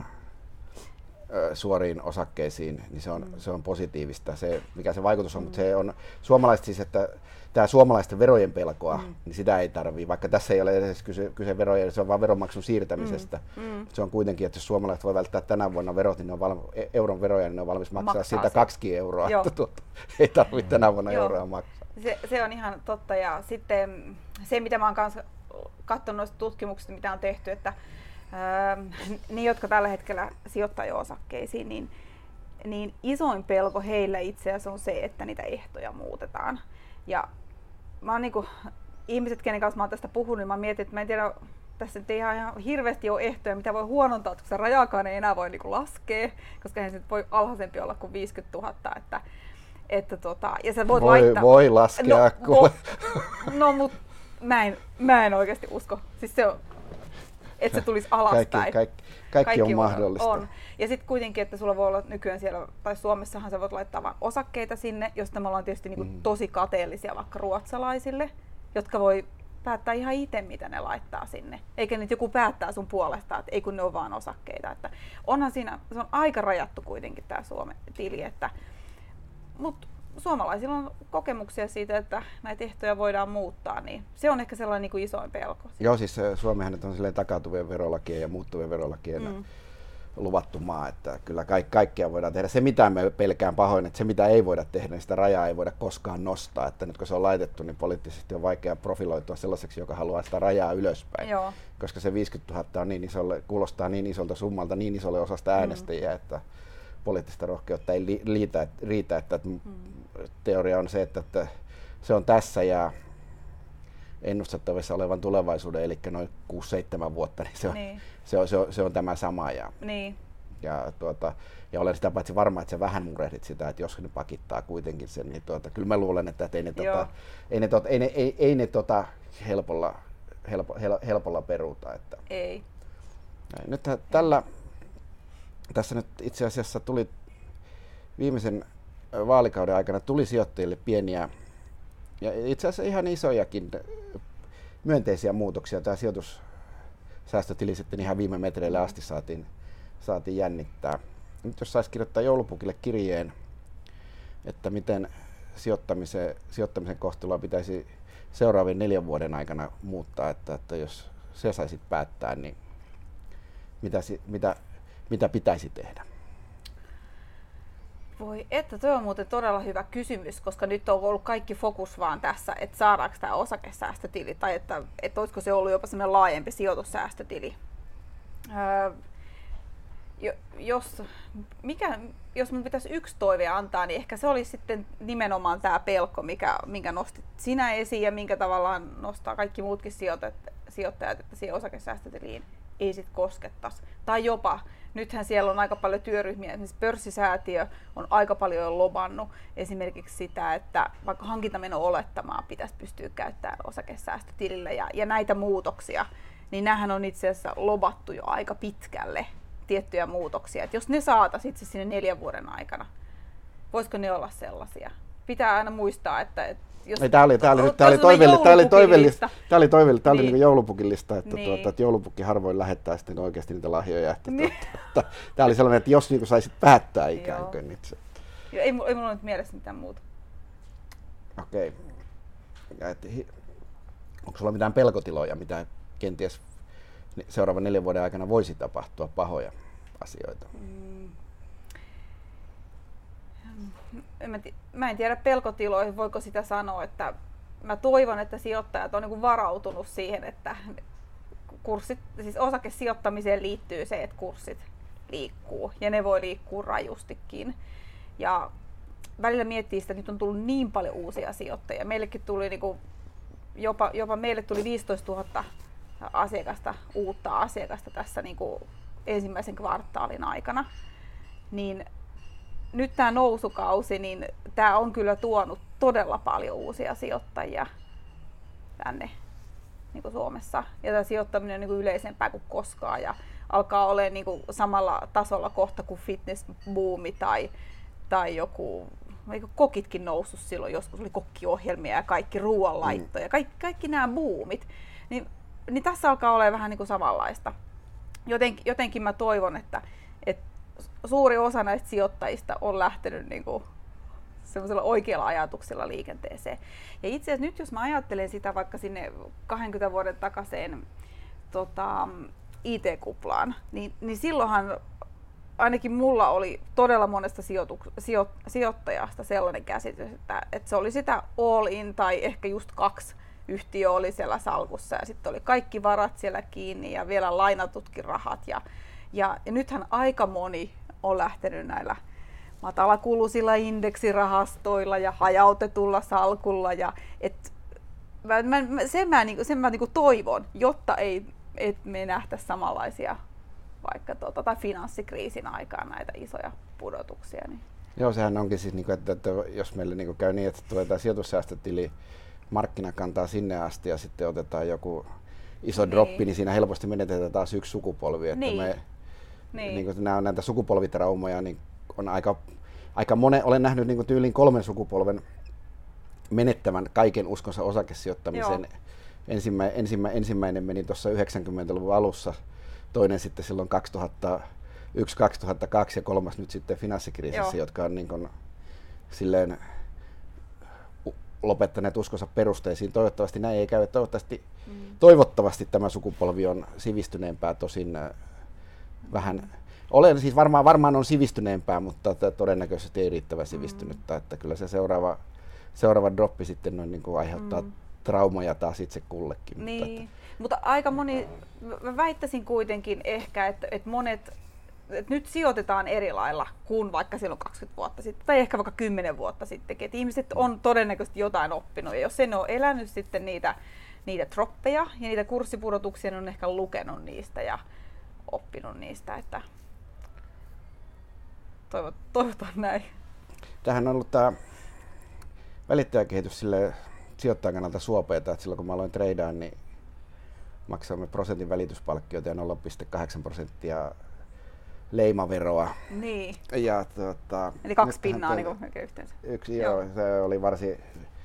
ö, suoriin osakkeisiin, niin se on, mm. se on positiivista. Se, mikä se vaikutus on, mm. mutta se on suomalaiset siis, että tämä suomalaisten verojen pelkoa, mm. niin sitä ei tarvii, vaikka tässä ei ole edes kyse, kyse verojen, se on vain veronmaksun siirtämisestä. Mm. Mm. Se on kuitenkin, että jos suomalaiset voi välttää tänä vuonna verot, niin ne on valmi, euron veroja, niin ne on valmis maksaa, maksaa siitä kaksikin euroa, että tuota, ei tarvitse tänä vuonna Joo. euroa maksaa. Se, se on ihan totta, ja sitten se, mitä mä oon kanssa katsonut noista tutkimuksista, mitä on tehty, että ää, ne, jotka tällä hetkellä sijoittaa jo osakkeisiin, niin, niin isoin pelko heillä itse asiassa on se, että niitä ehtoja muutetaan. Ja mä oon niinku, ihmiset, kenen kanssa mä oon tästä puhunut, niin mä mietin, että mä en tiedä, tässä ei ihan, ihan hirveästi ole ehtoja, mitä voi huonontaa, koska rajaakaan ei enää voi niinku laskea, koska eihän se voi alhaisempi olla kuin viisikymmentätuhatta. Että, että tota, ja sä voit voi, laittaa... voi laskea. No, vo, no mut mä en, mä en oikeasti usko. Siis se on, että se tulisi alaspäin. Kaikki, kaikki, kaikki, kaikki on mahdollista. On. Ja sitten kuitenkin, että sulla voi olla nykyään siellä, tai Suomessahan sä voit laittaa vain osakkeita sinne, josta me ollaan tietysti niinku mm. tosi kateellisia vaikka ruotsalaisille, jotka voi päättää ihan itse, mitä ne laittaa sinne. Eikä nyt joku päättää sun puolesta, että ei kun ne on vaan osakkeita. Että onhan siinä, se on aika rajattu kuitenkin tämä Suomen tili, että, mutta suomalaisilla on kokemuksia siitä, että näitä ehtoja voidaan muuttaa, niin se on ehkä sellainen niin kuin isoin pelko. Joo, siis Suomihan on silleen takautuvien verolakien ja muuttuvien verolakien mm. luvattu maa, että kyllä kaik- kaikkea voidaan tehdä. Se mitä me pelkään pahoin, että se mitä ei voida tehdä, niin sitä rajaa ei voida koskaan nostaa. Että nyt kun se on laitettu, niin poliittisesti on vaikea profiloitua sellaiseksi, joka haluaa sitä rajaa ylöspäin. Joo. Koska se viisikymmentätuhatta on niin isolle, kuulostaa niin isolta summalta niin isolle osasta äänestäjiä, mm. että poliittista rohkeutta ei li- liitä, riitä. Että mm. teoria on se, että, että se on tässä ja ennustettavissa olevan tulevaisuuden, eli noin kuusi seitsemän vuotta, niin se on, niin. Se on, se on, se on tämä sama. Ja, niin. ja, tuota, ja olen sitä paitsi varma, että sä vähän murehdit sitä, että jos ne pakittaa kuitenkin sen, niin tuota, kyllä mä luulen, että, että ei ne, tota, ei ne, tota, ei ne, ei, ei ne tota helpolla, helpo, hel, helpolla peruuta. Että. Ei. Nyt tällä, tässä nyt itse asiassa tuli viimeisen vaalikauden aikana tuli sijoittajille pieniä ja itse asiassa ihan isojakin myönteisiä muutoksia. Tämä sijoitussäästötili sitten ihan viime metreille asti saatiin, saatiin jännittää. Nyt jos saisi kirjoittaa joulupukille kirjeen, että miten sijoittamisen, sijoittamisen kohtelua pitäisi seuraavien neljän vuoden aikana muuttaa, että, että jos se saisit päättää, niin mitä, mitä, mitä pitäisi tehdä? Voi että, tuo on muuten todella hyvä kysymys, koska nyt on ollut kaikki fokus vaan tässä, että saadaanko tämä osakesäästötili tai että, että olisiko se ollut jopa sellainen laajempi sijoitussäästötili. Öö, jos, mikä, jos minun pitäisi yksi toive antaa, niin ehkä se olisi sitten nimenomaan tämä pelko, mikä, minkä nostit sinä esiin ja minkä tavallaan nostaa kaikki muutkin sijoittajat, sijoittajat että siihen osakesäästötiliin ei sitten koskettaisi. Tai jopa, nythän siellä on aika paljon työryhmiä, esimerkiksi pörssisäätiö on aika paljon jo lobannut esimerkiksi sitä, että vaikka hankintameno olettamaa pitäisi pystyä käyttämään osakesäästötilillä ja, ja näitä muutoksia, niin näähän on itse asiassa lobattu jo aika pitkälle tiettyjä muutoksia. Et jos ne saataisiin itse sinne neljän vuoden aikana, voisiko ne olla sellaisia? Pitää aina muistaa, että, että jos Tämä oli, tämä oli, tämä oli toivellista, tämä oli toivellista, tämä oli toivellista, tämä oli niin. Niin joulupukillista, että, niin. tuota, että joulupukki harvoin lähettää sitten oikeasti niitä lahjoja. Että, niin. tuota, tämä oli sellainen, että jos niin saisit päättää ikään kuin. Niin se. Joo, ei, ei mulla ole nyt mielessä mitään muuta. Okei. Okay. Onko sulla mitään pelkotiloja, mitä kenties seuraavan neljän vuoden aikana voisi tapahtua pahoja asioita? Mm. Mä, mä en tiedä pelkotiloihin, voiko sitä sanoa, että mä toivon, että sijoittajat on niin kuin varautunut siihen, että kurssit, siis osakesijoittamiseen liittyy se, että kurssit liikkuu ja ne voi liikkua rajustikin. Ja välillä miettii sitä, että nyt on tullut niin paljon uusia sijoittajia. Meillekin tuli niin kuin, jopa, jopa meille tuli viisitoistatuhatta asiakasta, uutta asiakasta tässä niin kuin ensimmäisen kvartaalin aikana. Niin nyt tämä nousukausi, niin tämä on kyllä tuonut todella paljon uusia sijoittajia tänne niin kuin Suomessa. Ja tämä sijoittaminen on niin kuin yleisempää kuin koskaan ja alkaa olemaan niin kuin samalla tasolla kohta kuin fitnessbuumi tai, tai joku, kokitkin noussut silloin, joskus oli kokkiohjelmia ja kaikki ruoanlaittoja, mm. kaikki, kaikki nämä boomit. Niin, niin tässä alkaa olla vähän niin kuin samanlaista. Jotenkin, jotenkin mä toivon, että, että suuri osa näistä sijoittajista on lähtenyt niin kuin semmoisella oikealla ajatuksella liikenteeseen. Ja itse asiassa nyt jos mä ajattelen sitä vaikka sinne kaksikymmentä vuoden takaiseen tota, I T-kuplaan, niin, niin silloinhan ainakin mulla oli todella monesta sijoitu- sijo- sijoittajasta sellainen käsitys, että, että se oli sitä all in tai ehkä just kaksi yhtiö oli siellä salkussa ja sitten oli kaikki varat siellä kiinni ja vielä lainatutkin rahat. Ja, ja, ja nythän aika moni on lähtenyt näillä matalakulusilla indeksirahastoilla ja hajautetulla salkulla. Ja et, mä, mä, sen mä, niinku, sen mä niinku toivon, jotta ei et me nähtäisi samanlaisia vaikka tuota, tai finanssikriisin aikaan näitä isoja pudotuksia. Niin. Joo, sehän onkin siis, että, että jos meille niin käy niin, että tulee tämä sijoitussäästötili, markkina kantaa sinne asti ja sitten otetaan joku iso niin. droppi, niin siinä helposti menetetään taas yksi sukupolvi. Että niin. me, niin. Niin kuin nämä, näitä sukupolvitraumoja niin on aika, aika monen, olen nähnyt niin kuin tyylin kolmen sukupolven menettävän kaiken uskonsa osakesijoittamisen. Ensimmä, ensimmä, ensimmäinen meni tuossa yhdeksänkymmentäluvun alussa, toinen sitten silloin kaksituhattayksi kaksituhattakaksi ja kolmas nyt sitten finanssikriisissä, Joo. jotka on niin kuin, silleen lopettaneet uskonsa perusteisiin. Toivottavasti näin ei käy. Toivottavasti, mm. toivottavasti tämä sukupolvi on sivistyneempää, tosin äh, vähän. Olen siis varmaan, varmaan on sivistyneempää, mutta todennäköisesti ei riittävän sivistynyttä. Mm. Että kyllä se seuraava, seuraava droppi sitten noin niin kuin aiheuttaa mm. traumoja taas itse kullekin. Niin. Mutta, että. mutta aika moni, mä väittäisin kuitenkin ehkä, että, että monet että nyt sijoitetaan eri lailla kuin vaikka silloin kaksikymmentä vuotta sitten tai ehkä vaikka kymmenen vuotta sittenkin. Että ihmiset on todennäköisesti jotain oppinut ja jos sen on elänyt sitten niitä, niitä droppeja ja niitä kurssipudotuksia, niin on ehkä lukenut niistä ja oppinut niistä. Että toivot, toivotaan näin. Tämähän on ollut tämä välittäjäkehitys sille sijoittajan kannalta suopeeta, että silloin kun mä aloin treidaan, niin maksamme prosentin välityspalkkioita ja nolla pilkku kahdeksan prosenttia leimaveroa. Niin. Ja, tuota, eli kaksi pinnaa niin yhteensä. Yksi, joo. joo, se oli varsin,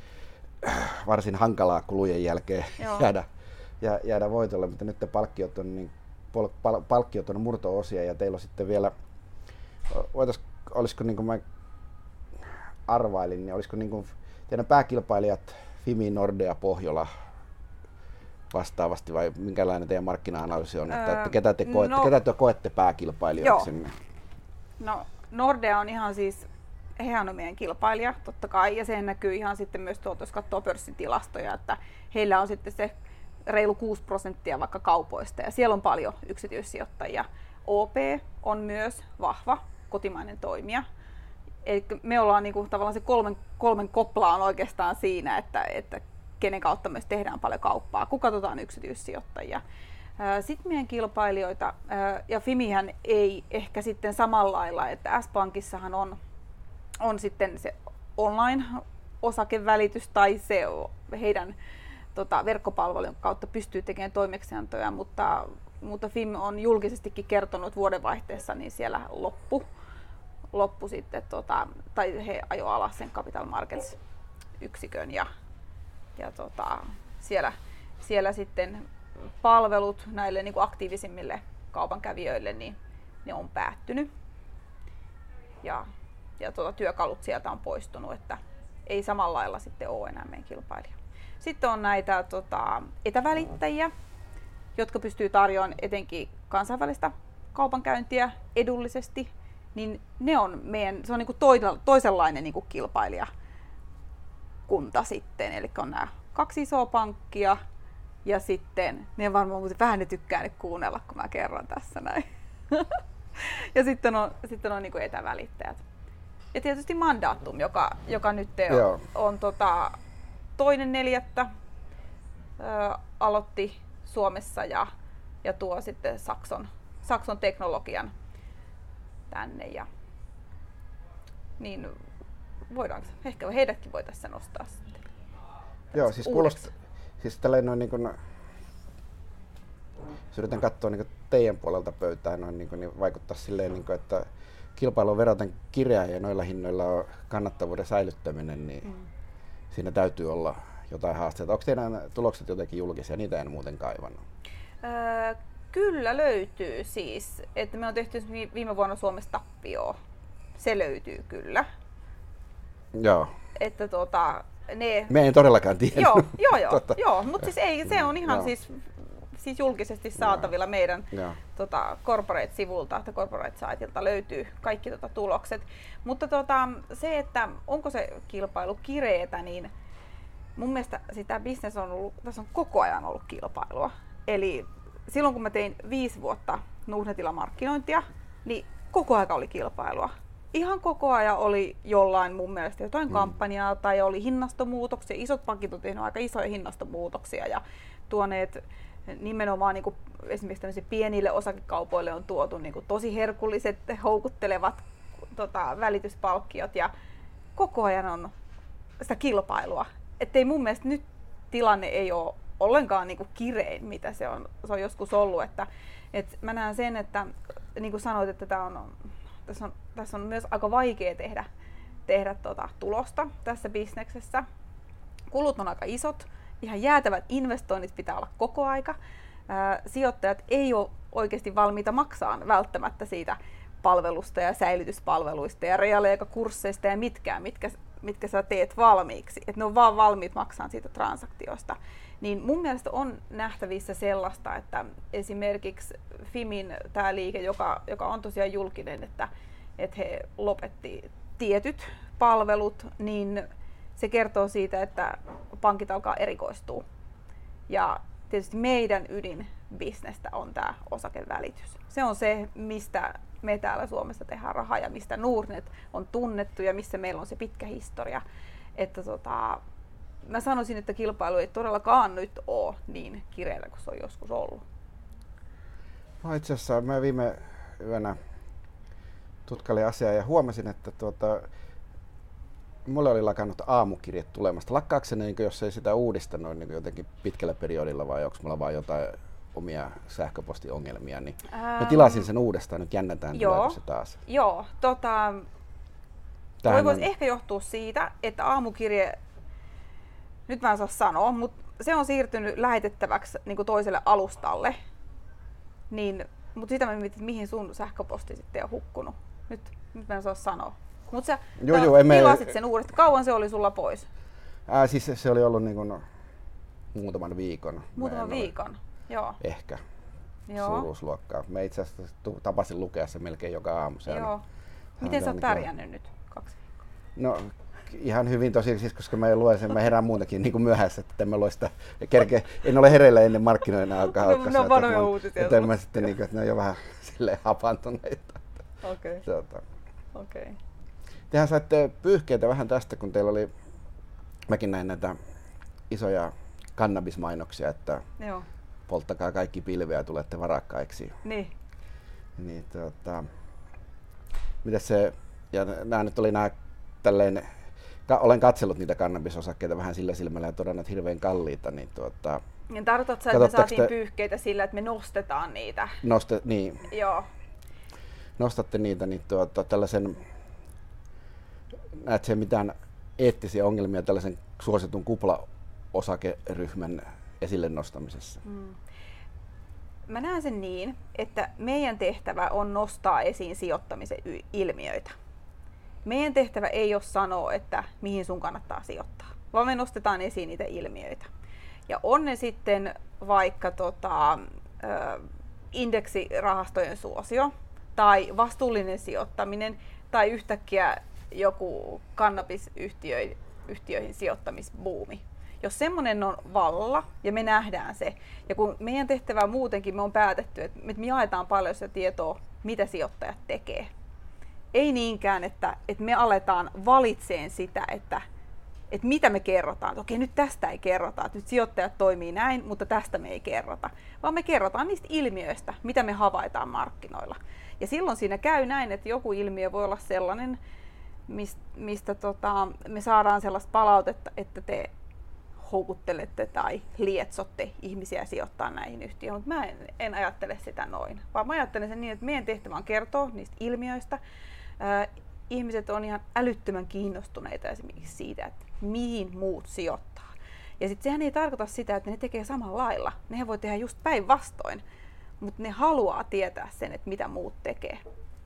varsin hankalaa kulujen jälkeen jäädä, jää, jäädä voitolle, mutta nyt palkkiot on, niin, pal, pal, palkkiot on murto-osia ja teillä on sitten vielä, voitais, olisiko niin kuin mä arvailin, niin olisiko niin kuin teidän pääkilpailijat Fimi, Nordea, Pohjola vastaavasti vai minkälainen teidän markkina-analyysi on, että, että ketä, te koette, no, ketä te koette pääkilpailijoiksenne? No Nordea on ihan siis, hehän on meidän kilpailija totta kai ja se näkyy ihan sitten myös tuolta, jos katsoo pörssitilastoja, että heillä on sitten se reilu kuusi prosenttia vaikka kaupoista ja siellä on paljon yksityissijoittajia. O P on myös vahva kotimainen toimija. Eli me ollaan niinku, tavallaan se kolmen, kolmen kopla on oikeastaan siinä, että, että kenen kautta myös tehdään paljon kauppaa, kun katsotaan yksityissijoittajia. Sitten meidän kilpailijoita, ja Fimihän ei ehkä sitten samalla lailla, että S-Pankissahan on, on sitten se online-osakevälitys tai se heidän tota, verkkopalvelun kautta pystyy tekemään toimeksiantoja, mutta, mutta Fim on julkisestikin kertonut vuodenvaihteessa, niin siellä loppu, loppu sitten, tota, tai he ajoi alas sen Capital Markets-yksikön ja Ja tota, siellä, siellä sitten palvelut näille niin kuin aktiivisimmille kaupankävijöille, niin ne on päättynyt. Ja, ja tota, työkalut sieltä on poistunut, että ei samalla lailla sitten ole enää meidän kilpailija. Sitten on näitä tota, etävälittäjiä, jotka pystyy tarjoamaan etenkin kansainvälistä kaupankäyntiä edullisesti, niin ne on meidän, se on niin kuin toisenlainen niin kuin kilpailija. Kunta sitten, eli on nämä kaksi isoa pankkia ja sitten, ne varmaan vähän ne tykkää nyt kuunnella, kun mä kerron tässä näin. ja sitten on, sitten on niin kuin etävälittäjät. Ja tietysti Mandatum, joka, joka nyt on, on tota, toinen neljättä ö, aloitti Suomessa ja, ja tuo sitten Sakson, Sakson teknologian tänne. Ja, niin, voidaanko, ehkä heidätkin voi tässä nostaa sitten. Joo, siis kuulostaa, siis tällainen noin niin kuin, jos yritän katsoa niin kuin teidän puolelta pöytään, noin niin kuin, niin vaikuttaa silleen, niin kuin, että kilpailu on verraten kireä ja noilla hinnoilla on kannattavuuden säilyttäminen, niin mm. siinä täytyy olla jotain haasteita. Onko teidän tulokset jotenkin julkisia? Niitä en muuten kaivannut. Öö, kyllä löytyy siis. Että me on tehty viime vuonna Suomessa tappioon. Se löytyy kyllä. Joo. Että tota, ne... Me ei todellakaan tiedä. Joo, joo, joo, joo. Mutta siis ei, se on ihan siis, siis julkisesti saatavilla meidän tota, corporate-sivulta, että corporate-saitilta löytyy kaikki tota, tulokset. Mutta tota, se, että onko se kilpailu kireetä, niin mun mielestä sitä business on ollut, tässä on koko ajan ollut kilpailua. Eli silloin kun mä tein viisi vuotta Nordnetilla-markkinointia, niin koko ajan oli kilpailua. Ihan koko ajan oli jollain mun mielestä jotain mm. kampanjaa tai oli hinnastomuutoksia. Isot pankit on tehnyt aika isoja hinnastomuutoksia ja tuoneet nimenomaan niin kuin esimerkiksi pienille osakekaupoille on tuotu niin kuin tosi herkulliset, houkuttelevat tota, välityspalkkiot ja koko ajan on sitä kilpailua. Että ei mun mielestä nyt tilanne ei ole ollenkaan niin kuin kirein, mitä se on, se on joskus ollut. Että, et mä näen sen, että niin kuin sanoit, että tää on, tässä, on, tässä on myös aika vaikea tehdä, tehdä tota, tulosta tässä bisneksessä. Kulut on aika isot, ihan jäätävät investoinnit pitää olla koko aika. Ää, sijoittajat ei ole oikeasti valmiita maksaa välttämättä siitä palvelusta ja säilytyspalveluista ja reaaliaikakursseista ja mitkään, mitkä, mitkä sä teet valmiiksi. Et ne on vaan valmiit maksaa siitä transaktiosta. Niin mun mielestä on nähtävissä sellaista, että esimerkiksi Fimin tämä liike, joka, joka on tosiaan julkinen, että, että he lopetti tietyt palvelut, niin se kertoo siitä, että pankit alkaa erikoistua. Ja tietysti meidän ydinbisnestä on tämä osakevälitys. Se on se, mistä me täällä Suomessa tehdään rahaa ja mistä Nordnet on tunnettu ja missä meillä on se pitkä historia. Että tota, mä sanoisin, että kilpailu ei todellakaan nyt ole niin kireellä kuin se on joskus ollut. No itse asiassa mä viime yönä tutkailin asiaa ja huomasin, että tuota, mulle oli lakannut aamukirjat tulemasta. Lakkaako se, niin, jos ei sitä uudista noin niin jotenkin pitkällä periodilla vai onko mulla vaan jotain omia sähköpostiongelmia, niin ähm, mä tilasin sen uudestaan, nyt jännätään, tuleeko se taas. Joo, tota, toi voisi on ehkä johtua siitä, että aamukirje, nyt mä en saa sanoa, mutta se on siirtynyt lähetettäväksi niin kuin toiselle alustalle, niin, mutta sitä mä mietin, että mihin sun sähköposti sitten on hukkunut. Nyt, nyt mä en saa sanoa. Mutta sä joo, joo, tilasit sen uudestaan. Kauan se oli sulla pois? Ää, siis se oli ollut niin kuin muutaman viikon. Muutaman viikon, joo. Ehkä joo. Suuruusluokkaa. Mä itse asiassa tapasin lukea se melkein joka aamu. Se joo. on, miten sä oot pärjännyt nyt kaksi viikkoa? No ihan hyvin tosiaan, siis, koska mä luen sen, mä herään muutenkin niin kuin myöhässä, että mä sitä, kerke, en ole hereillä ennen markkinoina alkaa. No, no vanhoja uutisia. Että mä sitten, niin kuin, että ne on jo vähän silleen hapantuneita. Okei. Okay. Tuota. Okay. Tehän saitte pyyhkeitä vähän tästä, kun teillä oli, mäkin näin näitä isoja kannabismainoksia, että joo. Polttakaa kaikki pilveä ja tulette varakkaiksi. Niin. Niin tuota, mitäs se, ja nämä nyt oli nämä tälleen, ka, olen katsellut niitä kannabisosakkeita vähän sillä silmällä ja todennut hirveän kalliita, niin tuota. Niin tarkoitatko sä, että me saatiin te pyyhkeitä sillä, että me nostetaan niitä? Noste, niin. Joo. Nostatte niitä, niin tuota, tällaisen, näetkö mitään eettisiä ongelmia tällaisen suositun kuplaosakeryhmän esille nostamisessa? Hmm. Mä näen sen niin, että meidän tehtävä on nostaa esiin sijoittamisen ilmiöitä. Meidän tehtävä ei ole sanoa, että mihin sun kannattaa sijoittaa, vaan me nostetaan esiin niitä ilmiöitä. Ja on ne sitten vaikka tota, indeksirahastojen suosio, tai vastuullinen sijoittaminen, tai yhtäkkiä joku kannabisyhtiöihin sijoittamisbuumi. Jos semmoinen on vallalla ja me nähdään se, ja kun meidän tehtävä muutenkin me on päätetty, että me jaetaan paljon sitä tietoa, mitä sijoittajat tekee. Ei niinkään, että, että me aletaan valitseen sitä, että, että mitä me kerrotaan. Että okei, nyt tästä ei kerrota, että nyt sijoittajat toimii näin, mutta tästä me ei kerrota. Vaan me kerrotaan niistä ilmiöistä, mitä me havaitaan markkinoilla. Ja silloin siinä käy näin, että joku ilmiö voi olla sellainen, mistä, mistä tota, me saadaan sellaista palautetta, että te houkuttelette tai lietsotte ihmisiä sijoittaa näihin yhtiöihin, mutta mä en, en ajattele sitä noin, vaan mä ajattelen sen niin, että meidän tehtävä on kertoa niistä ilmiöistä. Äh, ihmiset on ihan älyttömän kiinnostuneita esimerkiksi siitä, että mihin muut sijoittaa. Ja sitten sehän ei tarkoita sitä, että ne tekee samalla lailla. Nehän voi tehdä just päinvastoin, mutta ne haluaa tietää sen, että mitä muut tekee.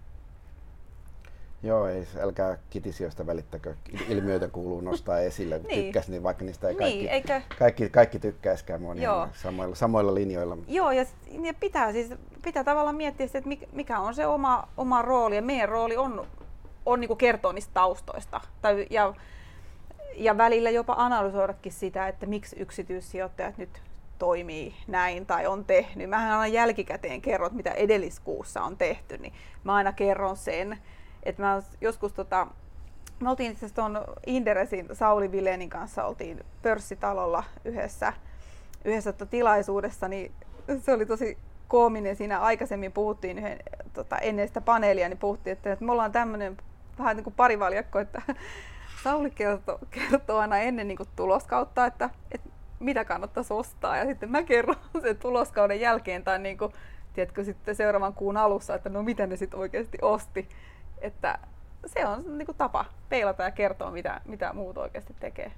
Joo, ei, älkää kitisijoista välittäkö. Ilmiöitä kuuluu nostaa esille. niin. Tykkäs, niin vaikka niistä ei kaikki, niin, eikä kaikki, kaikki tykkäiskään mua niin samoilla, samoilla linjoilla. Joo, ja, ja pitää, siis, pitää tavallaan miettiä, että mikä on se oma, oma rooli. Ja meidän rooli on, on niin kuin kertoa niistä taustoista. Tai, ja, ja välillä jopa analysoidakin sitä, että miksi yksityissijoittajat nyt toimii näin tai on tehnyt. Mähän aina jälkikäteen kerron, mitä edelliskuussa on tehty, niin mä aina kerron sen. Et mä joskus tota, me oltiin itse asiassa tuon Inderesin Sauli Vilenin kanssa oltiin pörssitalolla yhdessä, yhdessä tilaisuudessa, niin se oli tosi koominen. Siinä aikaisemmin puhuttiin yhden, tota, ennen sitä paneelia, niin puhuttiin, että, että me ollaan tämmöinen vähän niin kuin parivaljakko, että Sauli kertoo, kertoo aina ennen niin kuin tuloskautta, että, että mitä kannattaisi ostaa. Ja sitten mä kerron sen tuloskauden jälkeen tai niin kuin, tiedätkö, sitten seuraavan kuun alussa, että no mitä ne sitten oikeasti osti. Että se on niin kuin tapa peilata ja kertoa, mitä, mitä muut oikeasti tekee.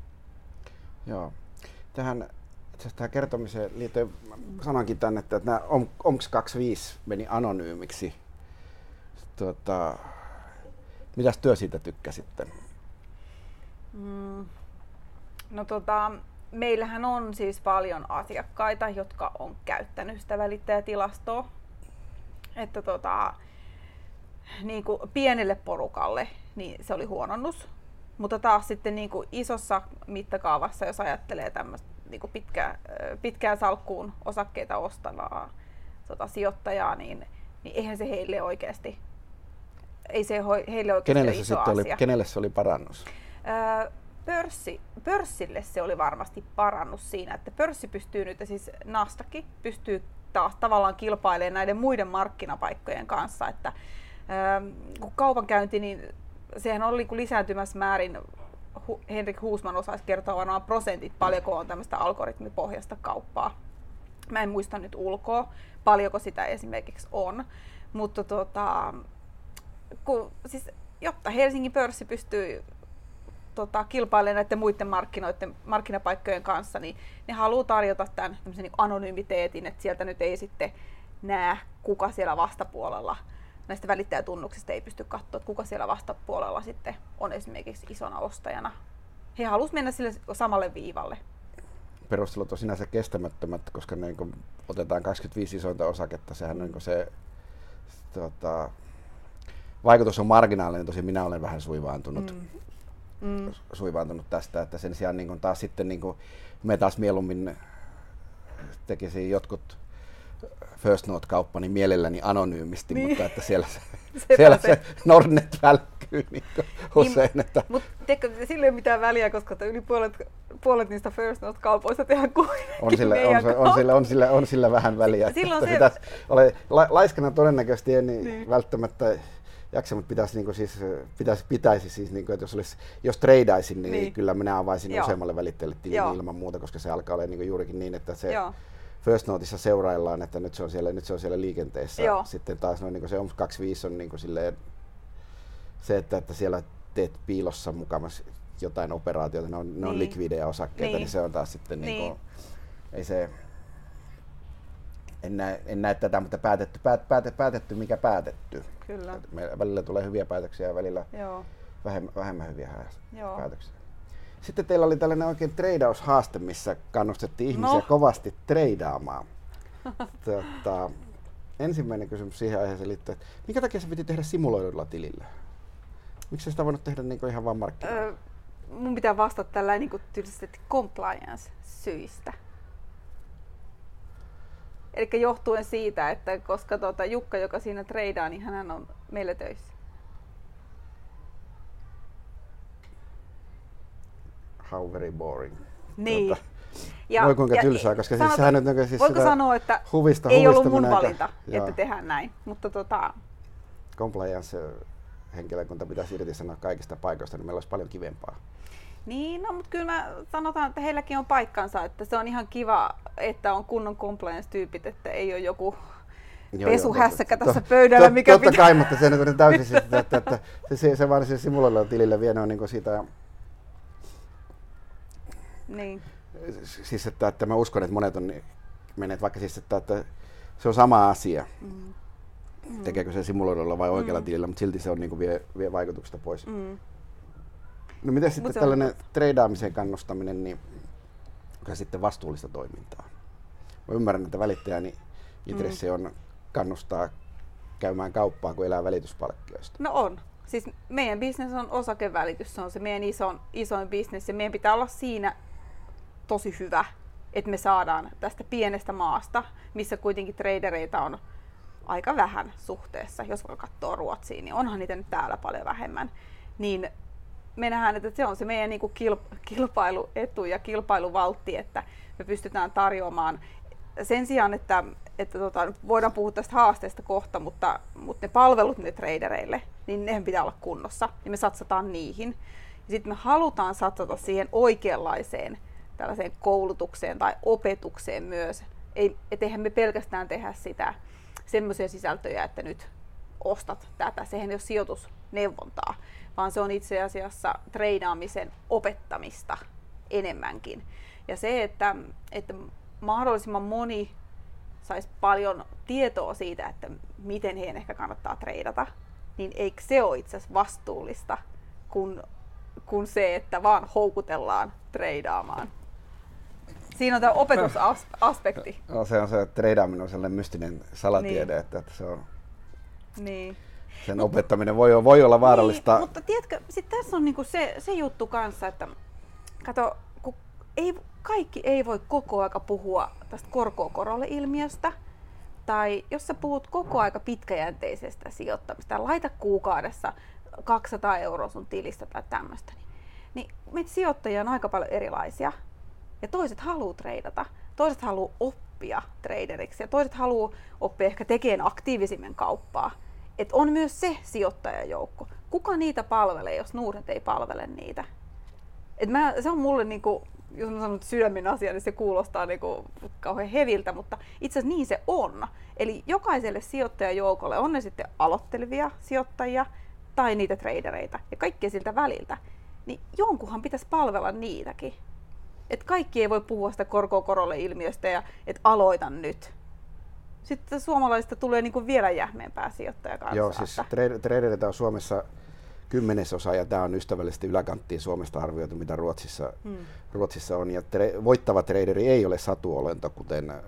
Joo. Tähän, tähän kertomiseen liittyen sanonkin tänne, että nämä O M X kaksikymmentäviisi meni anonyymiksi. Tuota, mitäs työ siitä tykkäsitte? Mm. No tota, meillähän on siis paljon asiakkaita, jotka on käyttänyt sitä välittäjätilastoa. Että tota, niin kuin pienelle porukalle niin se oli huononnus. Mutta taas sitten niin kuin isossa mittakaavassa, jos ajattelee tämmöistä niin kuin pitkä, pitkään salkkuun osakkeita ostavaa tota, sijoittajaa, niin, niin eihän se heille oikeasti, ei se heille oikeasti kenelle ole se iso sitten asia. Oli, kenelle se oli parannus? Öö, pörssi, pörssille se oli varmasti parannus siinä, että pörssi pystyy nyt, siis Nasdaq pystyy taas tavallaan kilpailemaan näiden muiden markkinapaikkojen kanssa, että öö, kun kaupankäynti, niin sehän oli lisääntymässä määrin, Henrik Huusman osaisi kertoa varmaan prosentit, paljonko on tämmöistä algoritmipohjaista kauppaa. Mä en muista nyt ulkoa, paljonko sitä esimerkiksi on, mutta tota, kun, siis, jotta Helsingin pörssi pystyy tota, kilpailemaan näiden muiden markkinoiden, markkinapaikkojen kanssa, niin ne haluaa tarjota tämän niin anonymiteetin, että sieltä nyt ei sitten näe, kuka siellä vastapuolella näistä välittäjätunnuksista ei pysty katsoa, että kuka siellä vastapuolella sitten on esimerkiksi isona ostajana. He halusivat mennä sille samalle viivalle. Perustelut on sinänsä kestämättömät, koska niin kun otetaan kaksikymmentäviisi isointa osaketta, sehän niin se tota, vaikutus on marginaalinen, tosin minä olen vähän suivaantunut, mm. Mm. suivaantunut tästä, että sen sijaan niin taas sitten niin me taas mieluummin tekisi jotkut First Note-kauppa niin mielelläni anonyymisti, niin. Mutta että siellä se, siellä se Nordnet välkkyy niin usein. Niin, että mutta teikö, sillä ei ole mitään väliä, koska yli puolet, puolet niistä First Note-kaupoista tehdään kuitenkin on sillä, on, on, on, sillä, on, sillä, on sillä vähän väliä. Silloin että se ole, la, laiskana todennäköisesti en niin niin. välttämättä jaksa, mutta pitäisi, niin siis, pitäisi, pitäisi siis, niin kuin, että jos, olisi, jos treidaisin, niin, niin kyllä minä avaisin Joo. useammalle välittäjälle tilin ilman muuta, koska se alkaa olla niin juurikin niin, että se Joo. First Noteissa seuraillaan, että nyt se on siellä, nyt se on siellä liikenteessä. Joo. Sitten taas noin, niin se O M X kaksikymmentäviisi on niin silleen, se, että, että siellä teet piilossa mukamassa jotain operaatioita, ne on, niin. ne on likvidejä osakkeita, niin. niin se on taas sitten, niin. Niin kuin, ei se, en näe, en näe tätä, mutta päätetty, päät, päät, päätetty mikä päätetty. Kyllä. Meillä välillä tulee hyviä päätöksiä ja välillä Joo. vähemmän, vähemmän hyviä Joo. päätöksiä. Sitten teillä oli tällainen oikein treidaushaaste, missä kannustettiin ihmisiä no. kovasti treidaamaan. Tota, ensimmäinen kysymys siihen aiheeseen liittyy, että minkä takia se piti tehdä simuloidulla tilillä? Miksi sitä voinut tehdä niin ihan vaan markkinoilla? Öö, mun pitää vastata tällä niin tyylisesti compliance-syistä. Eli johtuen siitä, että koska tuota, Jukka, joka siinä treidaa, niin hän on meillä töissä. How very boring. Niin. Tuota, ja, voi kuinka tylsää, koska sanota, siis sehän nyt siis voiko sanoa, että huvista, ei huvista ollut mun aika, valinta, joo. että tehdään näin. Mutta tota compliance-henkilökunta pitäisi irtisanoa kaikista paikoista, niin meillä olisi paljon kivempaa. Niin, no, mutta kyllä mä sanotaan, että heilläkin on paikkansa, että se on ihan kiva, että on kunnon compliance-tyypit, että ei ole joku pesuhässäkkä tässä to, pöydällä, to, mikä totta pitää. Kai, mutta se on täysin siis, että, että, että se, se, se vaan se simuloilla tilillä vie, ne on niin siitä. Niin. Siis että, että mä uskon, että monet on menneet vaikka siis, että, että se on sama asia. Mm. Tekeekö se simuloidulla vai oikealla mm. tilillä, mutta silti se on niin kuin vie, vie vaikutuksesta pois. Mm. No miten sitten tällainen on treidaamisen kannustaminen, niin onko sitten vastuullista toimintaa? Mä ymmärrän, että välittäjäni intressi mm. on kannustaa käymään kauppaa, kun elää välityspalkkioista. No on. Siis meidän bisnes on osakevälitys, se on se meidän iso, isoin bisnes ja meidän pitää olla siinä tosi hyvä, että me saadaan tästä pienestä maasta, missä kuitenkin tradereita on aika vähän suhteessa, jos voi katsoa Ruotsiin, niin onhan niitä nyt täällä paljon vähemmän, niin me nähdään, että se on se meidän niinku kilpailuetu ja kilpailuvaltti, että me pystytään tarjoamaan sen sijaan, että, että tota, voidaan puhua tästä haasteesta kohta, mutta, mutta ne palvelut ne tradereille, niin nehän pitää olla kunnossa ja me satsataan niihin. Ja sitten me halutaan satsata siihen oikeanlaiseen tällaiseen koulutukseen tai opetukseen myös. Ei, et eihän me pelkästään tehdä sitä semmoisia sisältöjä, että nyt ostat tätä. Sehän ei ole sijoitusneuvontaa, vaan se on itse asiassa treidaamisen opettamista enemmänkin. Ja se, että, että mahdollisimman moni saisi paljon tietoa siitä, että miten heidän ehkä kannattaa treidata, niin eikö se ole itse asiassa vastuullista, kun, kun se, että vaan houkutellaan treidaamaan. Siinä on tämä opetusaspekti. No, se on se, että treidaaminen on sellainen mystinen salatiede, niin. että, että se on, niin. sen Mut, opettaminen voi, voi olla vaarallista. Niin, mutta tiedätkö, sit tässä on niinku se, se juttu kanssa, että kato, kun ei, kaikki ei voi koko aika puhua tästä korkoa-korolle-ilmiöstä, tai jos sä puhut koko aika pitkäjänteisestä sijoittamista, laita kuukaudessa kaksisataa euroa sun tilistä tai tämmöistä, niin, niin meitä sijoittajia on aika paljon erilaisia. Ja toiset haluaa treidata, toiset haluaa oppia traderiksi ja toiset haluaa oppia ehkä tekemään aktiivisimmin kauppaa. Et on myös se sijoittajajoukko. Kuka niitä palvelee, jos nuoret ei palvele niitä? Et mä, se on mulle, niinku, jos mä sanon sydämen asia, niin se kuulostaa niinku kauhean heviltä, mutta itse asiassa niin se on. Eli jokaiselle sijoittajajoukolle, on ne sitten aloittelevia sijoittajia tai niitä tradereita ja kaikkea siltä väliltä, niin jonkunhan pitäisi palvella niitäkin. Että kaikki ei voi puhua sitä korkoa-korolle-ilmiöstä ja että aloitan nyt. Sitten suomalaisista tulee niinku vielä jähmeempää sijoittajakansaa. Joo, siis tradereita on Suomessa kymmenesosa ja tämä on ystävällisesti yläkanttiin Suomesta arvioitu, mitä Ruotsissa, hmm. Ruotsissa on. Ja tre, voittava traderi ei ole satuolento, kuten äh,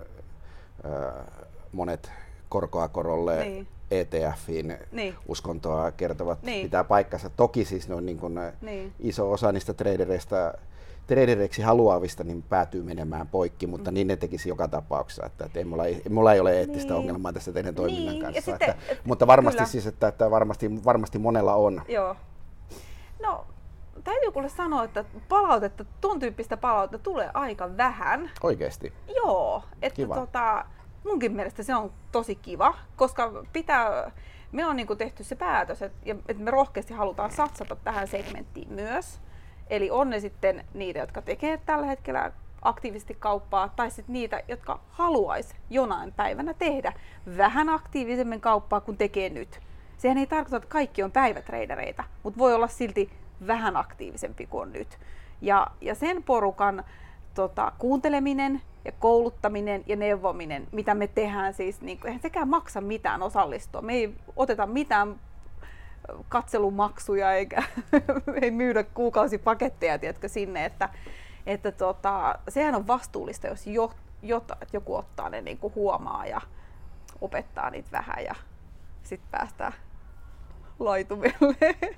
monet korkoa korolle niin. E T F:in niin. uskontoa kertovat, niin. pitää paikkansa. Toki siis ne on niin kuin niin. iso osa niistä tradereista tradereiksi haluavista niin päätyy menemään poikki, mutta mm. niin ne tekisi joka tapauksessa. Että, että ei, mulla ei, mulla ei ole eettistä niin. ongelmaa tässä teidän toiminnan niin. kanssa. Sitten, että, et, mutta varmasti, kyllä. siis, että, että varmasti, varmasti monella on. Joo. No, täytyy kuule sanoa, että palautetta, tuon tyyppistä palautetta tulee aika vähän. Oikeesti? Joo. Että kiva. Tota, munkin mielestä se on tosi kiva, koska pitää, me on niinku tehty se päätös, että, että me rohkeasti halutaan satsata tähän segmenttiin myös. Eli on ne sitten niitä, jotka tekee tällä hetkellä aktiivisesti kauppaa, tai sitten niitä, jotka haluaisi jonain päivänä tehdä vähän aktiivisemmin kauppaa kuin tekee nyt. Sehän ei tarkoita, että kaikki on päivätradereita, mutta voi olla silti vähän aktiivisempi kuin on nyt. Ja, ja sen porukan tota, kuunteleminen ja kouluttaminen ja neuvominen, mitä me tehdään, siis niin, eihän sekään maksa mitään osallistua. Me ei oteta mitään katselumaksuja eikä ei myydä kuukausipaketteja tiedätkö, sinne, että, että tota, sehän on vastuullista, jos jo, jota, joku ottaa ne niin kuin huomaa ja opettaa niitä vähän ja sitten päästään laitumelle.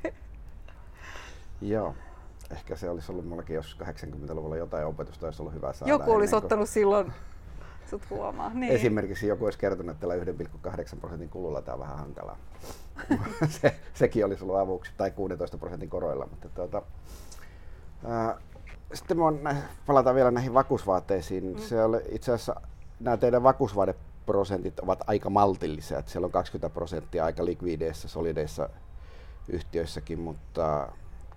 Joo, ehkä se olisi ollut mullakin joskus kahdeksankymmentäluvulla jotain opetusta, olisi ollut hyvä saada. Joku olisi ottanut silloin sut huomaa. Niin. Esimerkiksi joku olisi kertonut, että tällä yksi pilkku kahdeksan prosentin kululla tämä on vähän hankalaa. se, sekin olisi ollut avuksi, tai kuusitoista prosentin koroilla. Mutta tuota, ää, sitten me palataan vielä näihin vakuusvaateisiin. Mm. Se oli, itse asiassa nämä teidän vakuusvaateprosentit ovat aika maltillisia. Että siellä on kaksikymmentä prosenttia aika likvideissä, solideissa yhtiöissäkin, mutta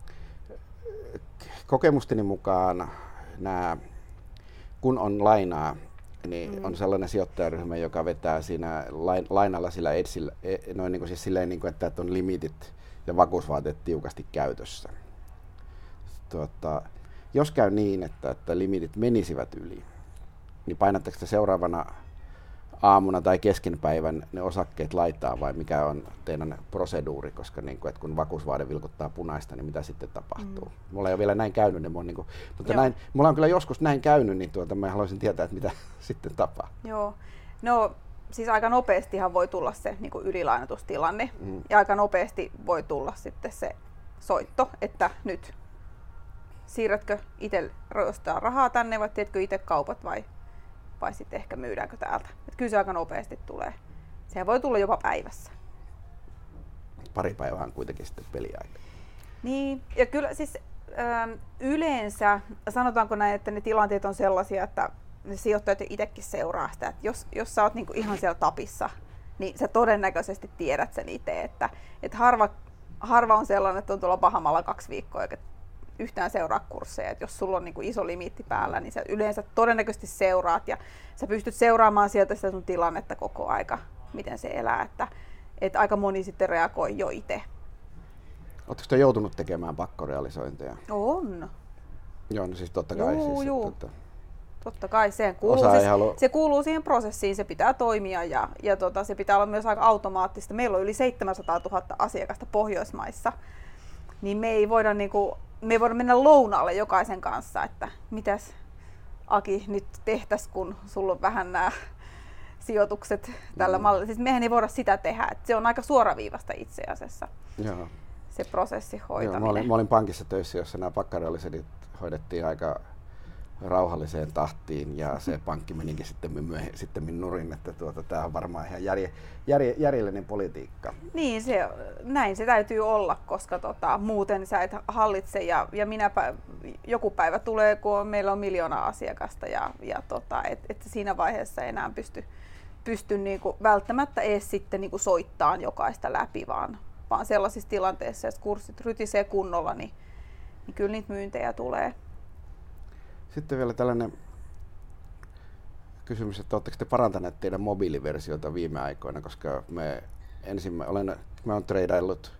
kokemusteni mukaan nämä, kun on lainaa, niin mm. on sellainen sijoittajaryhmä, joka vetää siinä lain, lainalla sillä edellä, noin niin kuin siis silleen, niin kuin, että on limitit ja vakuusvaateet tiukasti käytössä. Tuota, jos käy niin, että, että limitit menisivät yli, niin painatteko te seuraavana aamuna tai keskenpäivän ne osakkeet laittaa vai mikä on teidän proseduuri, koska niin kuin, että kun vakuusvaade vilkuttaa punaista, niin mitä sitten tapahtuu? Mm. Mulla ei ole vielä näin käynyt, niin, niin kuin, mutta näin, mulla on kyllä joskus näin käynyt, niin tuota, mä haluaisin tietää, että mitä sitten tapahtuu. Joo, no siis aika nopeastihan voi tulla se niin kuin ylilainatustilanne mm. ja aika nopeasti voi tulla sitten se soitto, että nyt siirrätkö itse rahaa tänne vai teetkö itse kaupat vai vai sitten ehkä myydäänkö täältä. Et kyllä se aika nopeasti tulee. Sehän voi tulla jopa päivässä. Pari päivää on kuitenkin sitten peliaika. Niin, ja kyllä siis ö, yleensä, sanotaanko näin, että ne tilanteet on sellaisia, että ne sijoittajat itsekin seuraa sitä, että jos, jos sä oot niinku ihan siellä tapissa, niin sä todennäköisesti tiedät sen itse, että et harva, harva on sellainen, että on tuolla Bahamalla kaksi viikkoa eikä yhtään seuraa kursseja. Et jos sulla on niin kuin iso limiitti päällä, niin sä yleensä todennäköisesti seuraat ja sä pystyt seuraamaan sieltä sitä sun tilannetta koko aika, miten se elää. Että, että aika moni sitten reagoi jo itse. Oletteko te joutunut tekemään pakkorealisointeja? On. Joo, no siis totta kai. Juu, siis, juu. Että, Totta kai se kuuluu, siis, halu... se kuuluu siihen prosessiin, se pitää toimia ja, ja tota, se pitää olla myös aika automaattista. Meillä on yli seitsemänsataatuhatta asiakasta Pohjoismaissa, niin me ei voida, niinku, me ei voida mennä lounaalle jokaisen kanssa, että mitäs Aki nyt tehtäis, kun sulla on vähän nämä sijoitukset tällä mm. mallilla. Siis mehän ei voida sitä tehdä, että se on aika suoraviivasta itse asiassa. Joo. Se prosessi hoitaminen. Joo, mä, olin, mä olin pankissa töissä, jossa nämä pakkorealisoinnit hoidettiin aika rauhalliseen tahtiin ja se pankki menikin sitten myöhemmin sitten nurin, että tuota, tämä on varmaan ihan järje, järje, järjellinen politiikka. Niin, se, näin se täytyy olla, koska tota, muuten sä et hallitse ja, ja minä päivä, joku päivä tulee, kun meillä on miljoona asiakasta ja, ja tota, et, et siinä vaiheessa ei enää pysty, pysty niinku välttämättä edes sitten niinku soittamaan jokaista läpi, vaan, vaan sellaisissa tilanteissa, jos kurssit rytisee kunnolla, niin, niin kyllä niitä myyntejä tulee. Sitten vielä tällainen kysymys, että oletteko te parantaneet teidän mobiiliversiota viime aikoina, koska me ensimmä, olen, mä olen treidaillut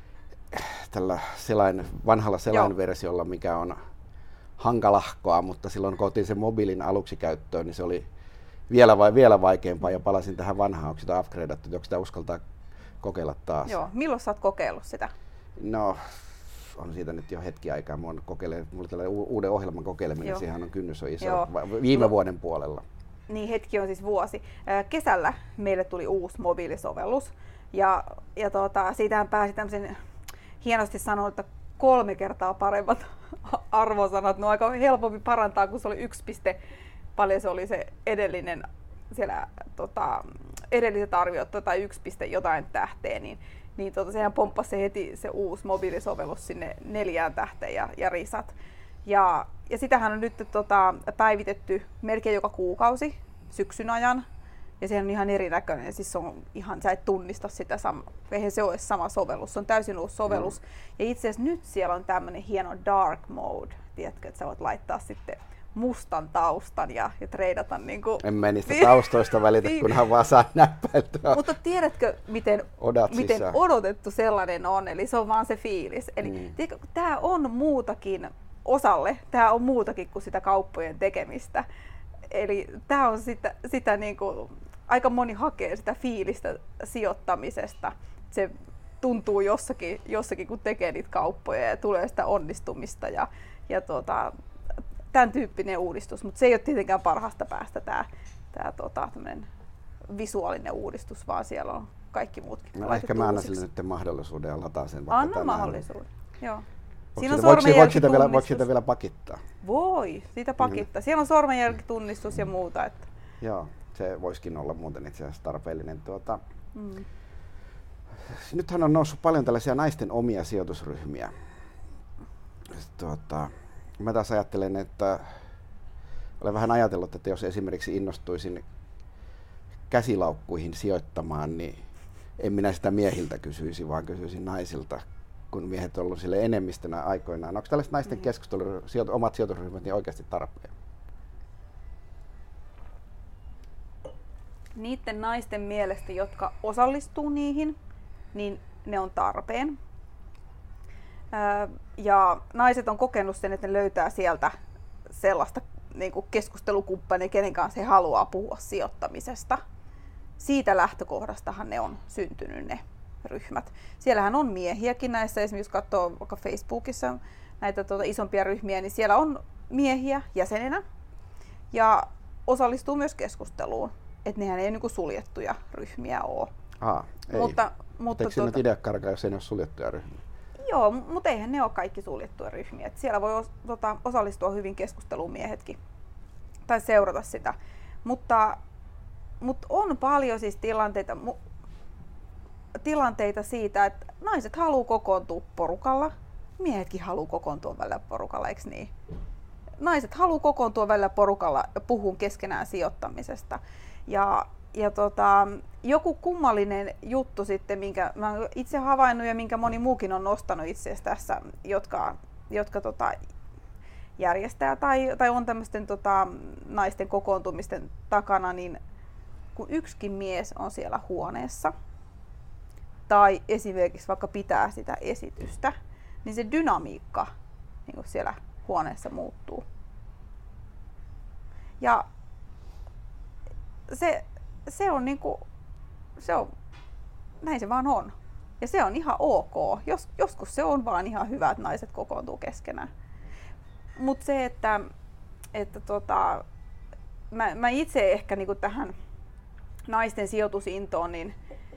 tällä selain, vanhalla selainversiolla, mikä on hankalahkoa, mutta silloin kun otin sen mobiilin aluksi käyttöön, niin se oli vielä, vai, vielä vaikeampaa ja palasin tähän vanhaan. Onko sitä upgradeattu, onko sitä uskaltaa kokeilla taas? Joo, milloin sä oot kokeillut sitä? No, on siitä nyt jo hetki aikaa. Mulla on tällainen uuden ohjelman kokeileminen, Joo. Siihen on kynnys on iso. Joo. Viime vuoden puolella. Niin, hetki on siis vuosi. Kesällä meille tuli uusi mobiilisovellus ja, ja tuota, siitähän pääsi tämmöisen hienosti sanoa, että kolme kertaa paremmat arvosanat. No aika helpompi parantaa, kun se oli yksi piste, paljon se oli se edellinen, siellä tota, edelliset arviot tai yksi piste jotain tähteä, niin niin tota, sehän pomppasi se heti se uusi mobiilisovellus sinne neljään tähteen ja, ja risat. Ja, ja sitähän on nyt tota, päivitetty melkein joka kuukausi syksyn ajan. Ja sehän on ihan erinäköinen, siis on ihan, sä et tunnista sitä, sam- eihän se ole sama sovellus, se on täysin uusi sovellus. Mm. Ja itse asiassa nyt siellä on tämmöinen hieno dark mode, tiedätkö, että sä voit laittaa sitten mustan taustan ja, ja treidata niinku... En mä niistä taustoista välitä, kunhan vaan saa näppäiltyä. Mutta tiedätkö, miten, miten odotettu sellainen on, eli se on vaan se fiilis. Eli mm. tiedätkö, tää on muutakin osalle, tää on muutakin kuin sitä kauppojen tekemistä. Eli tää on sitä, sitä niinku, aika moni hakee sitä fiilistä sijoittamisesta. Se tuntuu jossakin, jossakin kun tekee niitä kauppoja ja tulee sitä onnistumista ja, ja tuota, tämän tyyppinen uudistus, mutta se ei ole tietenkään parhaasta päästä tämä, tämä tota, visuaalinen uudistus, vaan siellä on kaikki muutkin. No, ehkä mä annan sille nyt mahdollisuuden ja lataan sen vaikka Anna mahdollisuuden, joo. Siinä on voiko, voiko, sitä vielä, voiko sitä vielä pakittaa? Voi, sitä pakittaa. Mm-hmm. Siellä on sormenjälkitunnistus ja muuta. Että. Joo, se voisikin olla muuten itse asiassa tarpeellinen. Tuota, mm. Nythän on noussut paljon tällaisia naisten omia sijoitusryhmiä. Tuota, mä taas ajattelen, että olen vähän ajatellut, että jos esimerkiksi innostuisin käsilaukkuihin sijoittamaan, niin en minä sitä miehiltä kysyisi, vaan kysyisin naisilta, kun miehet on ollut sille enemmistönä aikoinaan. Onko tällaiset naisten mm-hmm. keskustelu, sijoit, omat sijoitusryhmät niin oikeasti tarpeen? Niiden naisten mielestä, jotka osallistuu niihin, niin ne on tarpeen. Ja naiset on kokenut sen, että ne löytää sieltä sellaista niin kuin keskustelukumppania, kenen kanssa he haluaa puhua sijoittamisesta. Siitä lähtökohdastahan ne on syntynyt ne ryhmät. Siellähän on miehiäkin näissä, esimerkiksi jos katsoo vaikka Facebookissa näitä tuota, isompia ryhmiä, niin siellä on miehiä jäsenenä ja osallistuu myös keskusteluun. Että nehän ei niin kuin suljettuja ryhmiä ole. Aa, ei. Mutta, mutta eikö tuota, idea karkaa, jos ei ne ole suljettuja ryhmiä? Joo, mutta eihän ne ole kaikki suljettuja ryhmiä. Et siellä voi os, tota, osallistua hyvin keskusteluun miehetkin tai seurata sitä. Mutta, mutta on paljon siis tilanteita, mu, tilanteita siitä, että naiset haluaa kokoontua porukalla, miehetkin haluaa kokoontua välillä porukalla, eikö niin? Naiset haluaa kokoontua välillä porukalla ja puhua keskenään sijoittamisesta. Ja, ja tota, joku kummallinen juttu sitten, minkä mä oon itse havainnut ja minkä moni muukin on nostanut itse asiassa tässä, jotka, jotka tota, järjestää tai, tai on tämmöisten tota, naisten kokoontumisten takana, niin kun yksikin mies on siellä huoneessa tai esimerkiksi vaikka pitää sitä esitystä, niin se dynamiikka niin kuin siellä huoneessa muuttuu. Ja se, se on niinku, se on, näin se vaan on. Ja se on ihan ok. Jos, joskus se on vaan ihan hyvä, että naiset kokoontuu keskenään. Mutta se, että, että tota, mä, mä itse ehkä niinku tähän naisten sijoitusintoon, niin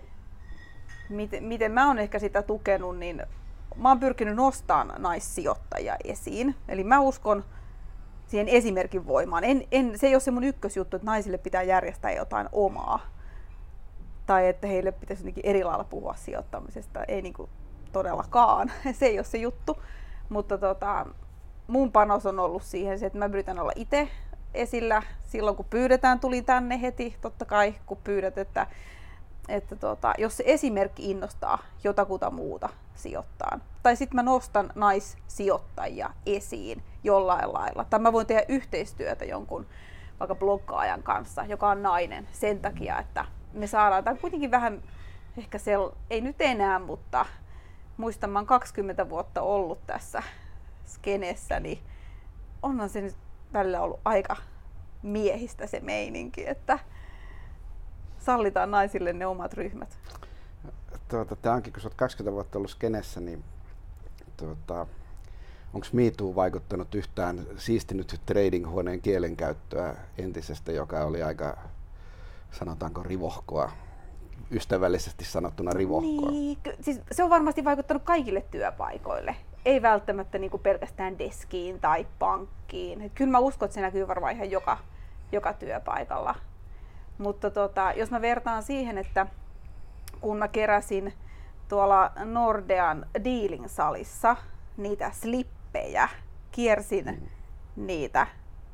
miten, miten mä oon ehkä sitä tukenut, niin mä oon pyrkinyt nostamaan naissijoittajia esiin. Eli mä uskon siihen esimerkin voimaan. En, en, se ei ole se mun ykkösjuttu, että naisille pitää järjestää jotain omaa. Tai että heille pitäisi jotenkin eri lailla puhua sijoittamisesta. Ei niinku todellakaan. Se ei ole se juttu. Mutta tota, mun panos on ollut siihen se, että mä yritän olla itse esillä silloin, kun pyydetään. Tuli tänne heti, totta kai, kun pyydät, että, että tota, jos se esimerkki innostaa jotakuta muuta sijoittaa. Tai sitten mä nostan naissijoittajia esiin jollain lailla. Tai mä voin tehdä yhteistyötä jonkun vaikka bloggaajan kanssa, joka on nainen, sen takia, että me saadaan, tai kuitenkin vähän ehkä se, ei nyt enää, mutta muistan, mä oon kaksikymmentä vuotta ollut tässä skenessä, niin onhan se nyt välillä ollut aika miehistä se meininki, että sallitaan naisille ne omat ryhmät. Tuota, tämä onkin, kun sä oot kaksikymmentä vuotta ollut skenessä, niin tuota, onko Me Too vaikuttanut yhtään siistinyt trading-huoneen kielenkäyttöä entisestä, joka oli aika, sanotaanko, rivohkoa, ystävällisesti sanottuna rivohkoa? Niin, siis se on varmasti vaikuttanut kaikille työpaikoille. Ei välttämättä niin kuin pelkästään deskiin tai pankkiin. Et kyllä mä uskon, että se näkyy varmaan ihan joka, joka työpaikalla. Mutta tota, jos mä vertaan siihen, että kun mä keräsin tuolla Nordean dealing-salissa niitä slippejä, kiersin mm. niitä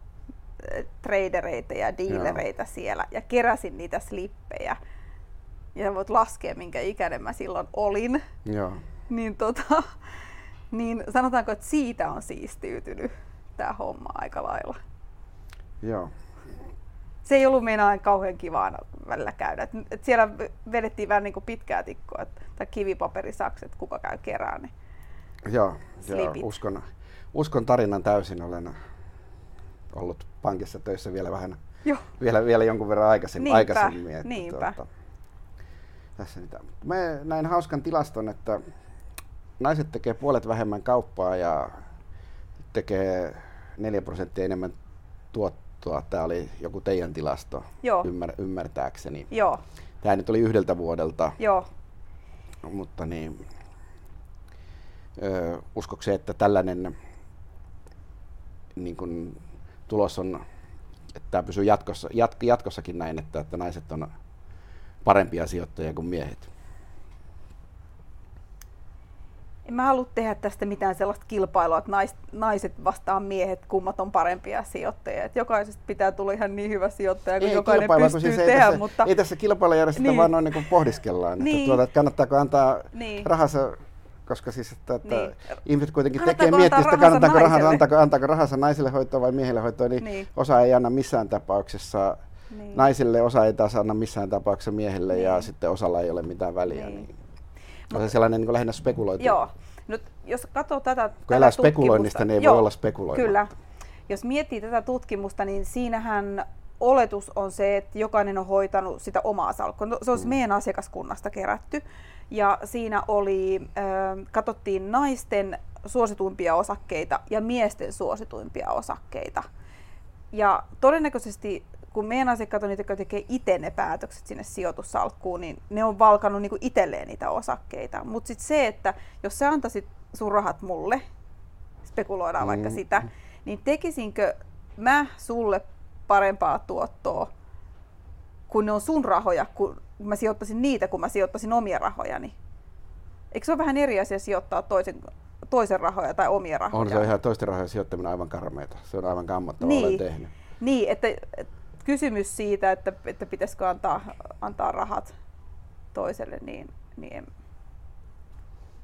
tradereita ja dealereita Joo. siellä ja keräsin niitä slippejä. Ja voit laskea, minkä ikäinen mä silloin olin. Joo. Niin, tota, niin sanotaanko, että siitä on siistiytynyt tää homma aika lailla. Joo. Se ei ollut meinaan kauhean kivaa välillä käydä. Et, et siellä vedettiin vähän niin kuin pitkää tikkoa, et, tai kivipaperisakset, kuka käy kerään. Niin joo, joo uskon, uskon tarinan täysin. Olen ollut pankissa töissä vielä vähän, vielä, vielä jonkun verran aikaisemmin. Niinpä, aikaisemmin että, niinpä. Tuota, tässä niitä. Mä näin hauskan tilaston, että naiset tekee puolet vähemmän kauppaa ja tekee neljä prosenttia enemmän tuottoa. Tämä oli joku teidän tilasto ymmär, ymmärtääkseni. Joo. Tämä nyt oli yhdeltä vuodelta. Joo. Mutta niin, ö, uskoiko se, että tällainen niin kun, tulos on, että tämä pysyy jatkossa, jat, jatkossakin näin, että, että naiset on parempia sijoittajia kuin miehet? En mä halua tehdä tästä mitään sellaista kilpailua, että nais, naiset vastaan miehet, kummat on parempia sijoittajia. Et jokaisesta pitää tulla ihan niin hyvä sijoittaja, kun jokainen pystyy siis tehdä. Ei tässä, mutta ei tässä kilpailla järjestetä, niin. vaan noin niin kuin pohdiskellaan, niin. että, tuota, että kannattaako antaa niin. rahansa, koska siis, että, että niin. ihmiset kuitenkin tekee miettiä sitä, kannattaako rahansa, antaako, antaako rahansa naisille hoitoa vai miehille hoitoa, niin, niin osa ei anna missään tapauksessa niin. naisille, osa ei taas anna missään tapauksessa miehille niin. ja sitten osalla ei ole mitään väliä. Niin. Niin. On se sellainen niin lähinnä spekuloitu. Joo. Nyt, jos katsoo tätä, kun tätä elää spekuloinnista, niin ei joo, voi olla spekuloimatta. Kyllä. Jos miettii tätä tutkimusta, niin siinähän oletus on se, että jokainen on hoitanut sitä omaa salkkua. Se on mm. meidän asiakaskunnasta kerätty. Ja siinä oli, äh, katsottiin naisten suosituimpia osakkeita ja miesten suosituimpia osakkeita. Ja todennäköisesti, kun meidän asiakkaat on niitä, jotka tekee itse ne päätökset sinne sijoitussalkkuun, niin ne on valkannut niinku itselleen niitä osakkeita. Mutta sitten se, että jos sä antaisit sun rahat mulle, spekuloidaan mm. vaikka sitä, niin tekisinkö mä sulle parempaa tuottoa, kun ne on sun rahoja, kun mä sijoittaisin niitä, kun mä sijoittaisin omia rahojani? Eikö se ole vähän eri asia sijoittaa toisen, toisen rahoja tai omia rahoja? On se ihan toisten rahojen sijoittaminen aivan karmeita. Se on aivan kammottavaa, niin. olen tehnyt. Niin, että kysymys siitä, että, että pitäisikö antaa, antaa rahat toiselle, niin, niin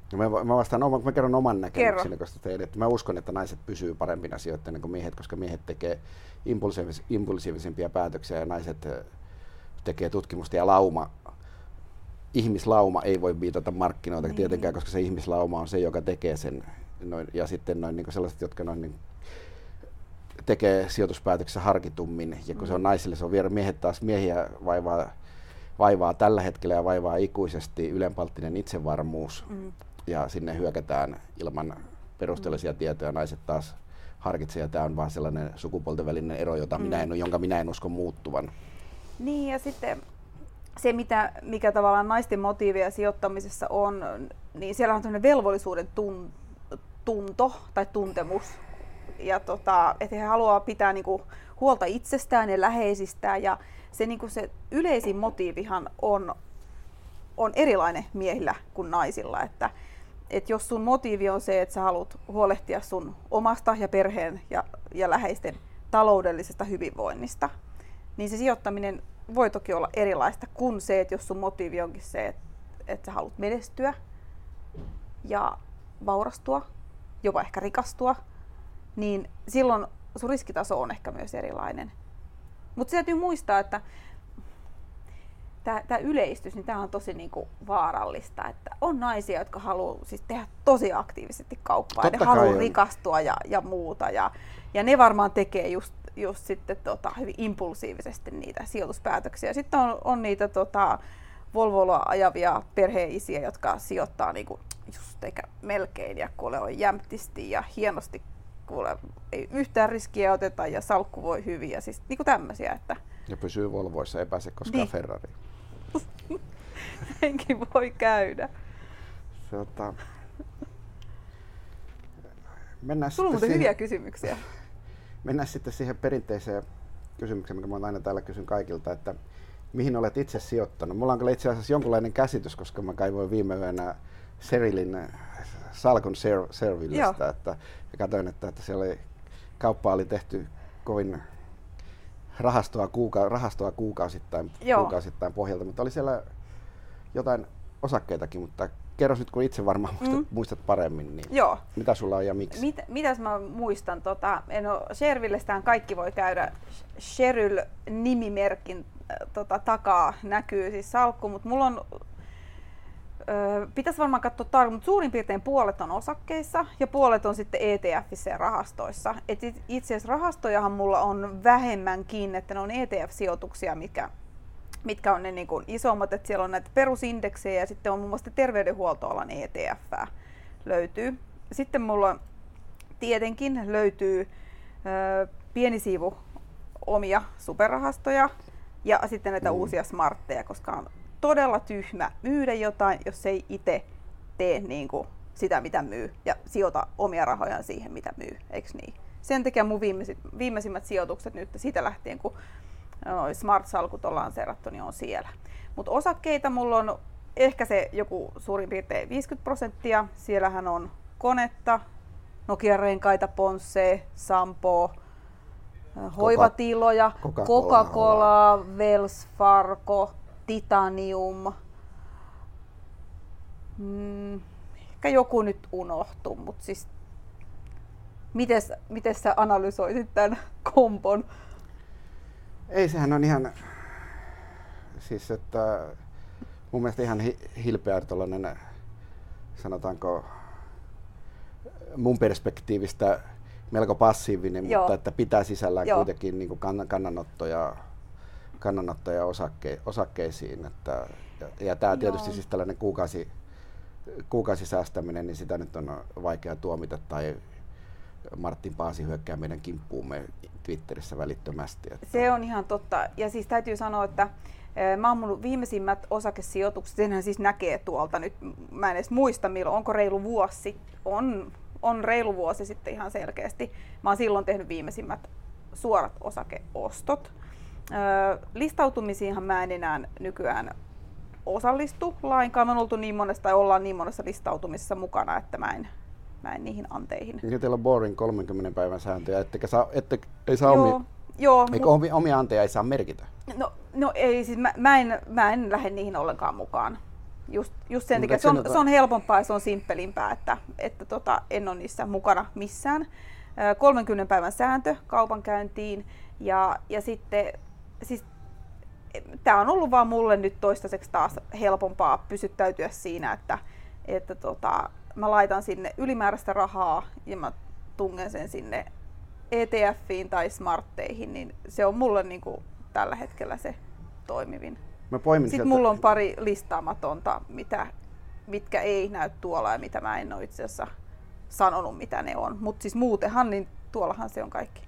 Mä, mä vastaan, mä kerron oman näkemykseni, koska teille, että mä uskon, että naiset pysyy parempina sijoittajina kuin miehet, koska miehet tekee impulsiivis, impulsiivisempia päätöksiä ja naiset tekee tutkimusta ja lauma. Ihmislauma ei voi viitata markkinoita niin. tietenkään, koska se ihmislauma on se, joka tekee sen. Noin, ja sitten noin, niin sellaiset, jotka noin, niin, tekee sijoituspäätöksessä harkitummin. Ja kun mm. se on naisille, se on vielä miehet taas miehiä vaivaa, vaivaa tällä hetkellä ja vaivaa ikuisesti ylenpalttinen itsevarmuus. Mm. Ja sinne hyökätään ilman perusteellisia mm. tietoja. Naiset taas harkitsee, ja tämä on vaan sellainen sukupuolten välinen ero, jota mm. minä en, jonka minä en usko muuttuvan. Niin, ja sitten se, mitä, mikä tavallaan naisten motiivia sijoittamisessa on, niin siellä on tämmöinen velvollisuuden tun, tunto tai tuntemus. Ja tota, että he haluaa pitää niinku huolta itsestään ja läheisistään. Ja se, niinku se yleisin motiivihan on, on erilainen miehillä kuin naisilla. Että, et jos sun motiivi on se, että sä haluat huolehtia sun omasta ja perheen ja, ja läheisten taloudellisesta hyvinvoinnista, niin se sijoittaminen voi toki olla erilaista kuin se, että jos sun motiivi onkin se, että, että sä haluat menestyä ja vaurastua, jopa ehkä rikastua, niin silloin sun riskitaso on ehkä myös erilainen. Mutta täytyy muistaa, että tämä yleistys, niin tämä on tosi niinku vaarallista, että on naisia, jotka haluaa siis tehdä tosi aktiivisesti kauppaa, Totta ja ne haluaa rikastua ja, ja muuta, ja, ja ne varmaan tekee just, just sitten tota, hyvin impulsiivisesti niitä sijoituspäätöksiä. Sitten on, on niitä tota, Volvolla ajavia perheisiä, jotka sijoittaa niinku just eikä melkein, ja kuule on jämptisti ja hienosti, kuule ei yhtään riskiä oteta ja salkku voi hyvin ja siis niinku tämmöisiä. Että ja pysyy Volvoissa, ei pääse koskaan niin. Ferrariin. Näinkin voi käydä. Tota, Sulla on muuten hyviä kysymyksiä. Mennään sitten siihen perinteiseen kysymykseen, mikä mä aina täällä kysyn kaikilta, että mihin olet itse sijoittanut? Mulla on kyllä itse asiassa jonkunlainen käsitys, koska mä kaivoin viime yönä Sherilyn salkun Servillistä, että ja katsoin, että, että siellä oli, kauppa oli tehty kovin rahastoa, kuuka, rahastoa kuukausittain, kuukausittain pohjalta, mutta oli siellä jotain osakkeitakin, mutta kerro nyt, kun itse varmaan muistat, mm. muistat paremmin, niin Joo. mitä sulla on ja miksi? Mit, mitäs mä muistan? Tota, no, Shervillestähän kaikki voi käydä. Sheryl-nimimerkin tota, takaa näkyy siis salkku, mutta mulla on Öö, pitäisi varmaan katsoa tarkkaan, mutta suurin piirtein puolet on osakkeissa ja puolet on sitten E T F:issä ja rahastoissa. Et itse asiassa rahastojahan mulla on vähemmänkin, että ne on E T F-sijoituksia, mitkä, mitkä on ne niin kuin isommat, että siellä on näitä perusindeksejä ja sitten on muun muassa terveydenhuoltoalan E T F löytyy. Sitten mulla tietenkin löytyy öö, pieni siivu omia superrahastoja ja sitten näitä mm. uusia smartteja, koska on todella tyhmä myydä jotain, jos ei itse tee niin kuin sitä, mitä myy, ja sijoita omia rahojaan siihen, mitä myy, eikö niin? Sen takia mun viimeisimmät sijoitukset nyt siitä lähtien, kun Smart-salkut on lanseerattu, niin on siellä. Mutta osakkeita mulla on ehkä se joku suurin piirtein viisikymmentä prosenttia. Siellähän on Konetta, Nokia-renkaita, Ponsse, Sampo, hoivatiloja, Coca-Cola, Coca-Cola, Wells Fargo, Titanium. Mm, ehkä joku nyt unohtuu, mutta siis mites, mites sä analysoisit tämän kompon? Ei, sehän on ihan, siis että mun mielestä ihan hi- hilpeä tollainen, sanotaanko mun perspektiivistä melko passiivinen, Joo. mutta että pitää sisällään Joo. kuitenkin niin kuin kannanottoja, kannanottoja osakke, osakkeisiin. Että, ja ja tämä tietysti siis tällainen kuukausi, kuukausisäästäminen, niin sitä nyt on vaikea tuomita, tai Martin Paasi hyökkää meidän kimppuumme Twitterissä välittömästi. Että se on ihan totta. Ja siis täytyy sanoa, että mä oon mun viimeisimmät osakesijoitukset, senhän siis näkee tuolta nyt, mä en edes muista milloin, onko reilu vuosi, on, on reilu vuosi sitten ihan selkeästi. Mä oon silloin tehnyt viimeisimmät suorat osakeostot. Ö, listautumisiinhan mä en enää nykyään osallistu lainkaan. Me on oltu niin monessa, tai ollaan niin monessa listautumisessa mukana, että mä en, mä en niihin anteihin. Niin teillä on boring kolmenkymmenen päivän sääntöjä, ettekä saa, ette, ei saa Joo. omia, Joo, Eikö mut, omia anteja ei saa merkitä? No, no ei, siis mä, mä, en, mä en lähde niihin ollenkaan mukaan. Just, just sen takia, se on, se on helpompaa ja se on simppelimpää, että, että tota, en ole niissä mukana missään. kolmenkymmenen päivän sääntö kaupankäyntiin ja, ja sitten siis, tämä on ollut vaan mulle nyt toistaiseksi taas helpompaa pysyttäytyä siinä, että, että tota, mä laitan sinne ylimääräistä rahaa ja mä tungen sen sinne E T F:iin tai smartteihin, niin se on mulle niin kuin tällä hetkellä se toimivin. Mä poimin Sitten sieltä... mulla on pari listaamatonta, mitä, mitkä ei näy tuolla ja mitä mä en ole itse asiassa sanonut, mitä ne on. Mutta siis muutenhan, niin tuollahan se on kaikki.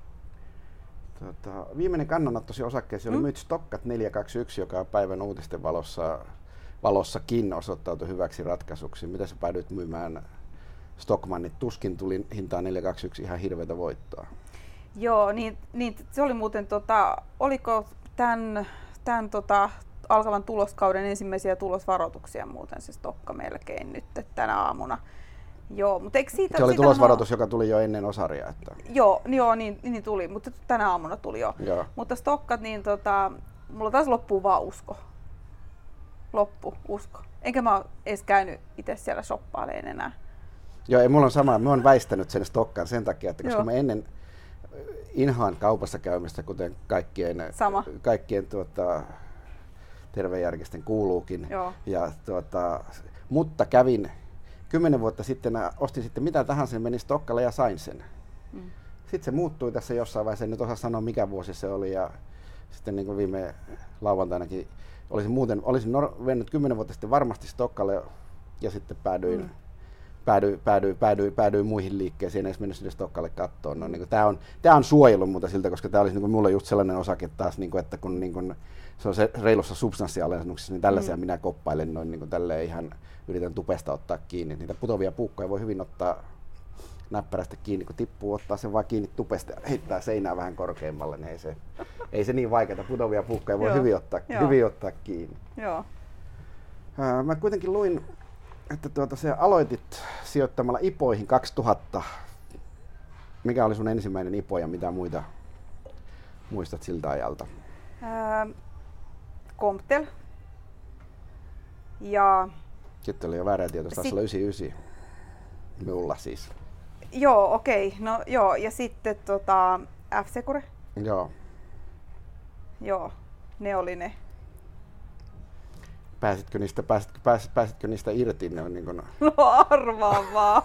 Tota, viimeinen kannanottosi osakkeesi oli mm? myyt Stockat neljä kaksi yksi, joka päivän uutisten valossa, valossakin osoittautui hyväksi ratkaisuksi. Mitä sä päädyit myymään Stockmannit? Tuskin tuli hintaan neljä kaksi yksi ihan hirveätä voittoa. Joo, niin, niin se oli muuten, tota, oliko tämän, tämän tota, alkavan tuloskauden ensimmäisiä tulosvaroituksia muuten se Stokka melkein nyt tänä aamuna. Joo, mutta eikö siitä, se oli tulosvaroitus, on... joka tuli jo ennen osaria. Että... Joo, joo niin, niin tuli, mutta tänä aamuna tuli jo. Joo. Mutta Stokkat, niin tota, mulla taas loppuu vaan usko. Loppu, usko. Enkä mä edes käynyt itse siellä shoppailemaan enää. Joo, ei mulla on sama. Mä oon väistänyt sen Stokkan sen takia, että koska joo. mä ennen inhaan kaupassa käymistä, kuten kaikkien, sama. kaikkien tuota, tervejärkisten kuuluukin. Ja, tuota, mutta kävin Kymmenen vuotta sitten ostin sitten mitä tahansa, meni Stokkalle ja sain sen. Mm. Sitten se muuttui tässä jossain vaiheessa, en nyt osaa sanoa mikä vuosi se oli. Ja sitten niin kuin viime lauantainakin olisin muuten, olisin mennyt kymmenen vuotta sitten varmasti Stokkalle ja sitten päädyin, mm. päädyin, päädyin, päädyin, päädyin muihin liikkeisiin, en edes mennyt sinne Stokkalle kattoon. No, niin tämä on, tämä on suojellut muuta siltä, koska tämä olisi niin kuin mulle just sellainen osake taas, niin kuin, että kun niin kuin, se on se reilussa substanssialennuksessa, niin tällaisia mm. minä koppailen noin niin kuin tälleen ihan yritän tupesta ottaa kiinni. Niitä putovia puukkoja voi hyvin ottaa näppärästä kiinni, kun tippuu, ottaa sen vaan kiinni tupesta ja heittää seinää vähän korkeammalle, niin ei se, ei se niin vaikeaa. Putovia puukkoja voi hyvin ottaa, hyvin ottaa kiinni. Joo. Ää, mä kuitenkin luin, että tuota, se aloitit sijoittamalla ipoihin kaksituhatta. Mikä oli sun ensimmäinen ipo ja mitä muita muistat siltä ajalta? Ää, Comptel. Ja sitten oli jo väärää tietoa, taisi olla yhdeksänkymmentäyhdeksän. Minulla siis. Joo, okei. Okay. No joo, ja sitten tota, F-Secure. Joo. Joo, ne oli ne. Pääsitkö niistä, pääsitkö, pääsit, pääsitkö niistä irti? Ne on niin kuin... No arvaa vaan.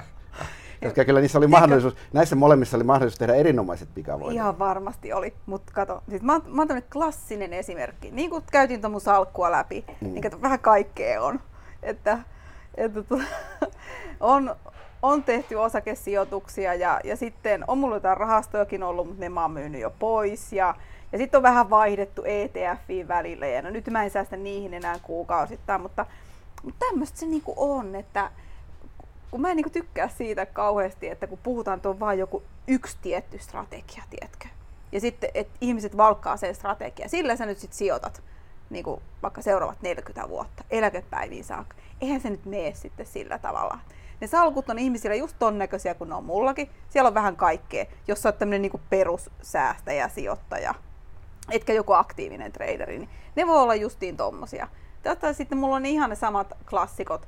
Koska kyllä niissä oli mahdollisuus, näissä molemmissa oli mahdollisuus tehdä erinomaiset pikavoitot. Ihan varmasti oli, mutta kato, siis mä, mä oon tämmönen klassinen esimerkki. Niin kuin käytiin tuon mun salkkua läpi, mm. niin kato, vähän kaikkea on. Että, että to, on, on tehty osakesijoituksia ja, ja sitten on mulla jotain rahastojakin ollut, mutta ne mä oon myynyt jo pois. Ja, ja sitten on vähän vaihdettu E T F:iin välillä ja no nyt mä en säästä niihin enää kuukausittain, mutta, mutta tämmöistä se niinku on, että kun mä en niinku tykkää siitä kauheasti, että kun puhutaan, että on vaan joku yksi tietty strategia, tiedätkö? Ja sitten, että ihmiset valkkaa sen strategiaa, sillä sä nyt sit sijoitat niin kuin vaikka seuraavat neljäkymmentä vuotta, eläkepäiviin saakka. Eihän se nyt mene sitten sillä tavalla. Ne salkut on ihmisillä just ton näköisiä kuin ne on mullakin. Siellä on vähän kaikkea, jos sä oot tämmönen niin kuin perussäästäjä, sijoittaja, etkä joku aktiivinen traderi, niin ne voi olla justiin tommosia. Tätä sitten mulla on ihan ne samat klassikot.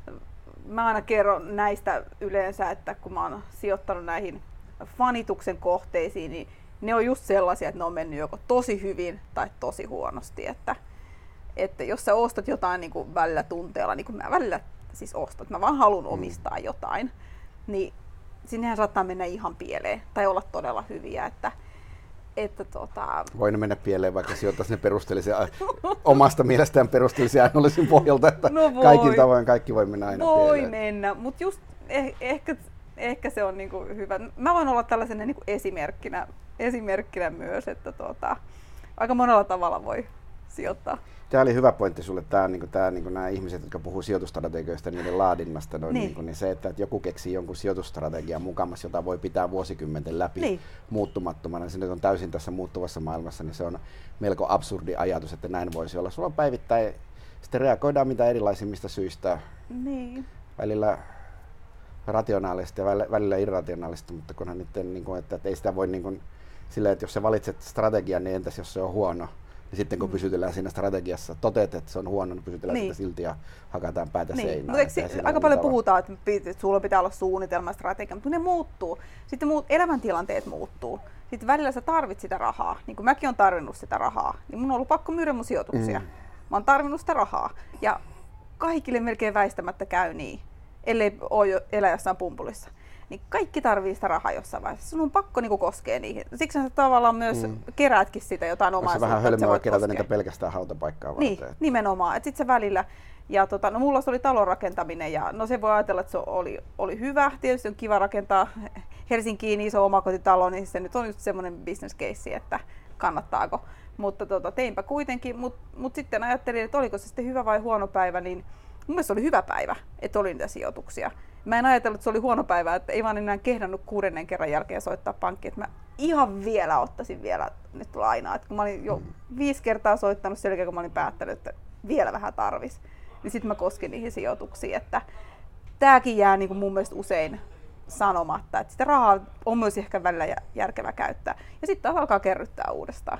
Mä aina kerron näistä yleensä, että kun mä oon sijoittanut näihin fanituksen kohteisiin, niin ne on just sellaisia, että ne on mennyt joko tosi hyvin tai tosi huonosti. Että, että jos sä ostat jotain niin kuin välillä tunteella, niin kuin mä välillä siis ostan, mä vaan haluan omistaa jotain, niin sinnehän saattaa mennä ihan pieleen tai olla todella hyviä. Että, että tota... Voi ne mennä pieleen, vaikka sijoittaisi ne perusteellisia, omasta mielestään perusteellisia analyysin pohjalta, että no kaikin tavoin kaikki voi mennä aina voi pieleen. Voi mennä, mutta just eh, ehkä, ehkä se on niinku hyvä. Mä voin olla tällaisena niinku esimerkkinä, esimerkkinä myös, että tota, aika monella tavalla voi sijoittaa. Tämä oli hyvä pointti sulle, tämä, niin kuin, tämä, niin kuin nämä ihmiset, jotka puhuu sijoitustrategioista ja niiden laadinnasta, noin, niin. Niin kuin, niin se, että, että joku keksii jonkun sijoitustrategian mukamas, jota voi pitää vuosikymmenten läpi niin. muuttumattomana, se nyt on täysin tässä muuttuvassa maailmassa, niin se on melko absurdi ajatus, että näin voisi olla. Sulla on päivittäin, sitten reagoidaan mitä erilaisimmista syistä, niin. välillä rationaalisesti ja välillä irrationaalisesti, mutta kunhan nyt, niin kuin, että, että ei sitä voi niin kuin, silleen, että jos sä valitset strategian, niin entäs jos se on huono? Ja sitten kun mm. pysytellään siinä strategiassa, toteat, että se on huono, niin pysytellään niin. sitä silti ja hakataan päätä niin. seinään. Mutta aika paljon mukava. puhutaan, että sulla pitää olla suunnitelma ja strategia, mutta ne muuttuu. Sitten muut, elämäntilanteet muuttuu. Sitten välillä sä tarvit sitä rahaa. Niin kuin mäkin olen tarvinnut sitä rahaa, niin mun on ollut pakko myydä mun sijoituksia. Mm. Mä oon tarvinnut sitä rahaa. Ja kaikille melkein väistämättä käy niin, ellei ole jo elä jossain pumpulissa. Niin kaikki tarvii sitä rahaa jossain vaiheessa. Sun on pakko niinku koskea niihin. Siksi sä tavallaan myös mm. keräätkin sitä jotain omaisuutta. Se vähän hölmöä kerätä niitä pelkästään hautapaikkaa varten. Niin, nimenomaan. Et sit se välillä. Ja tota, no mulla oli talon rakentaminen ja no se voi ajatella, että se oli, oli hyvä. Tietysti on kiva rakentaa Helsinkiin iso omakotitalo, niin se nyt on just semmoinen business case, että kannattaako. Mutta tota, teinpä kuitenkin, mutta mut sitten ajattelin, että oliko se sitten hyvä vai huono päivä, niin mun mielestä se oli hyvä päivä, että oli niitä sijoituksia. Mä en ajatellut, että se oli huono päivä, että ei vaan enää kehdannut kuudennen kerran jälkeen soittaa pankkiin, että mä ihan vielä ottaisin vielä nyt lainaa. Että kun mä olin jo viisi kertaa soittanut sen jälkeen, kun mä olin päättänyt, että vielä vähän tarvis, niin sitten mä koskin niihin sijoituksiin. Että tääkin jää niin kuin mun mielestä usein sanomatta, että sitä rahaa on myös ehkä välillä järkevä käyttää. Ja sitten taas alkaa kerryttää uudestaan.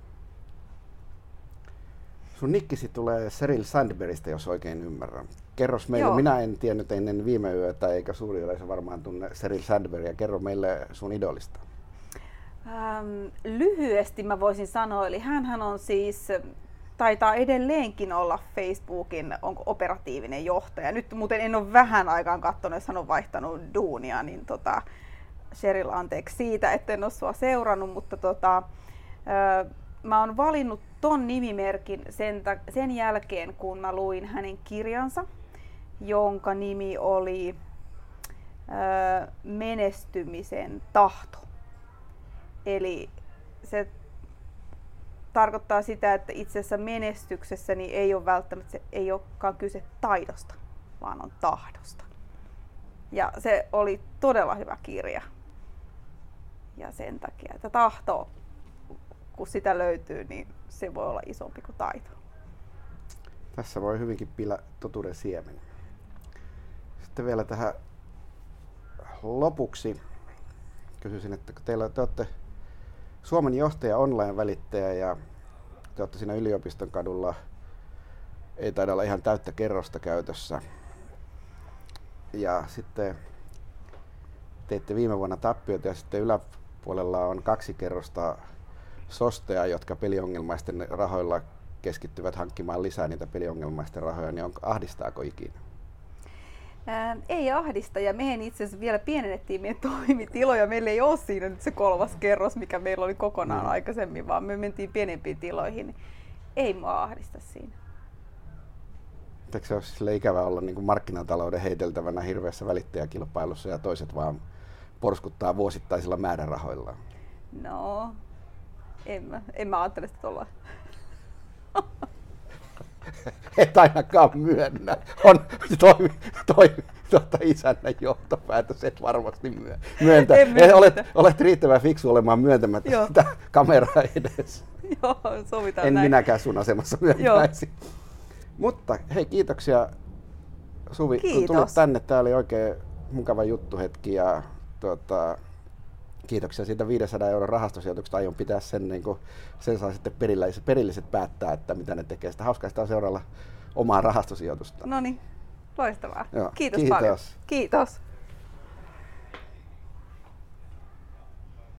Sun nikkisi tulee Sheryl Sandbergistä, jos oikein ymmärrän. Kerros meille, Joo. minä en tiennyt ennen viime yötä, eikä suuri yleisö varmaan tunne Sheryl Sandbergia. Kerro meille sun idolista. Ähm, lyhyesti mä voisin sanoa, eli hänhän on siis, taitaa edelleenkin olla Facebookin onko operatiivinen johtaja. Nyt muuten en ole vähän aikaan katsonut, jos hän on vaihtanut duunia, niin tota, Sheryl, anteeksi siitä, etten ole sua seurannut, mutta tota, äh, mä oon valinnut ton nimimerkin sen, sen jälkeen, kun mä luin hänen kirjansa, jonka nimi oli ö, Menestymisen tahto. Eli se tarkoittaa sitä, että itse asiassa menestyksessä niin ei ole välttämättä se, ei olekaan kyse taidosta, vaan on tahdosta. Ja se oli todella hyvä kirja. Ja sen takia, että tahto, kun sitä löytyy, niin se voi olla isompi kuin taito. Tässä voi hyvinkin pillä totuuden siemen. Sitten vielä tähän lopuksi kysyisin, että kun teillä, te olette Suomen johtaja online-välittäjä ja te olette siinä yliopiston kadulla, ei taida olla ihan täyttä kerrosta käytössä. Ja sitten teitte viime vuonna tappiota ja sitten yläpuolella on kaksi kerrosta sosteja, jotka peliongelmaisten rahoilla keskittyvät hankkimaan lisää niitä peliongelmaisten rahoja, niin on, ahdistaako ikinä? Ää, ei ahdista, ja mehän itse asiassa vielä pienennettiin meidän toimitiloja. Meillä ei ole siinä nyt se kolmas kerros, mikä meillä oli kokonaan mm. aikaisemmin, vaan me mentiin pienempiin tiloihin. Ei mua ahdista siinä. Eikö se ole sille ikävä olla niin kuin markkinatalouden heiteltävänä hirveässä välittäjäkilpailussa ja toiset vaan porskuttaa vuosittaisilla määrärahoillaan? No, en mä, en mä ajattele sitä tuolla. Et ainakaan myönnä. On toimi, toimi, tuota isännän johtopäätös, et varmasti myö, myöntä. Olet, olet riittävän fiksu olemaan myöntämättä Joo. sitä kameraa edessä. Joo, sovitaan En näin. minäkään sun asemassa myöntäisi. Mutta hei, kiitoksia Suvi, Kiitos. kun tulit tänne. Tämä oli oikein mukava juttuhetki ja tuota, kiitoksia siitä viisisataa euron rahastosijoituksesta. Aion pitää sen, niin kuin, sen saa sitten perilliset, perilliset päättää, että mitä ne tekee. Sitä hauskaa sitä on seuralla omaa rahastosijoitusta. No niin, loistavaa. Joo, kiitos, kiitos paljon. Kiitos.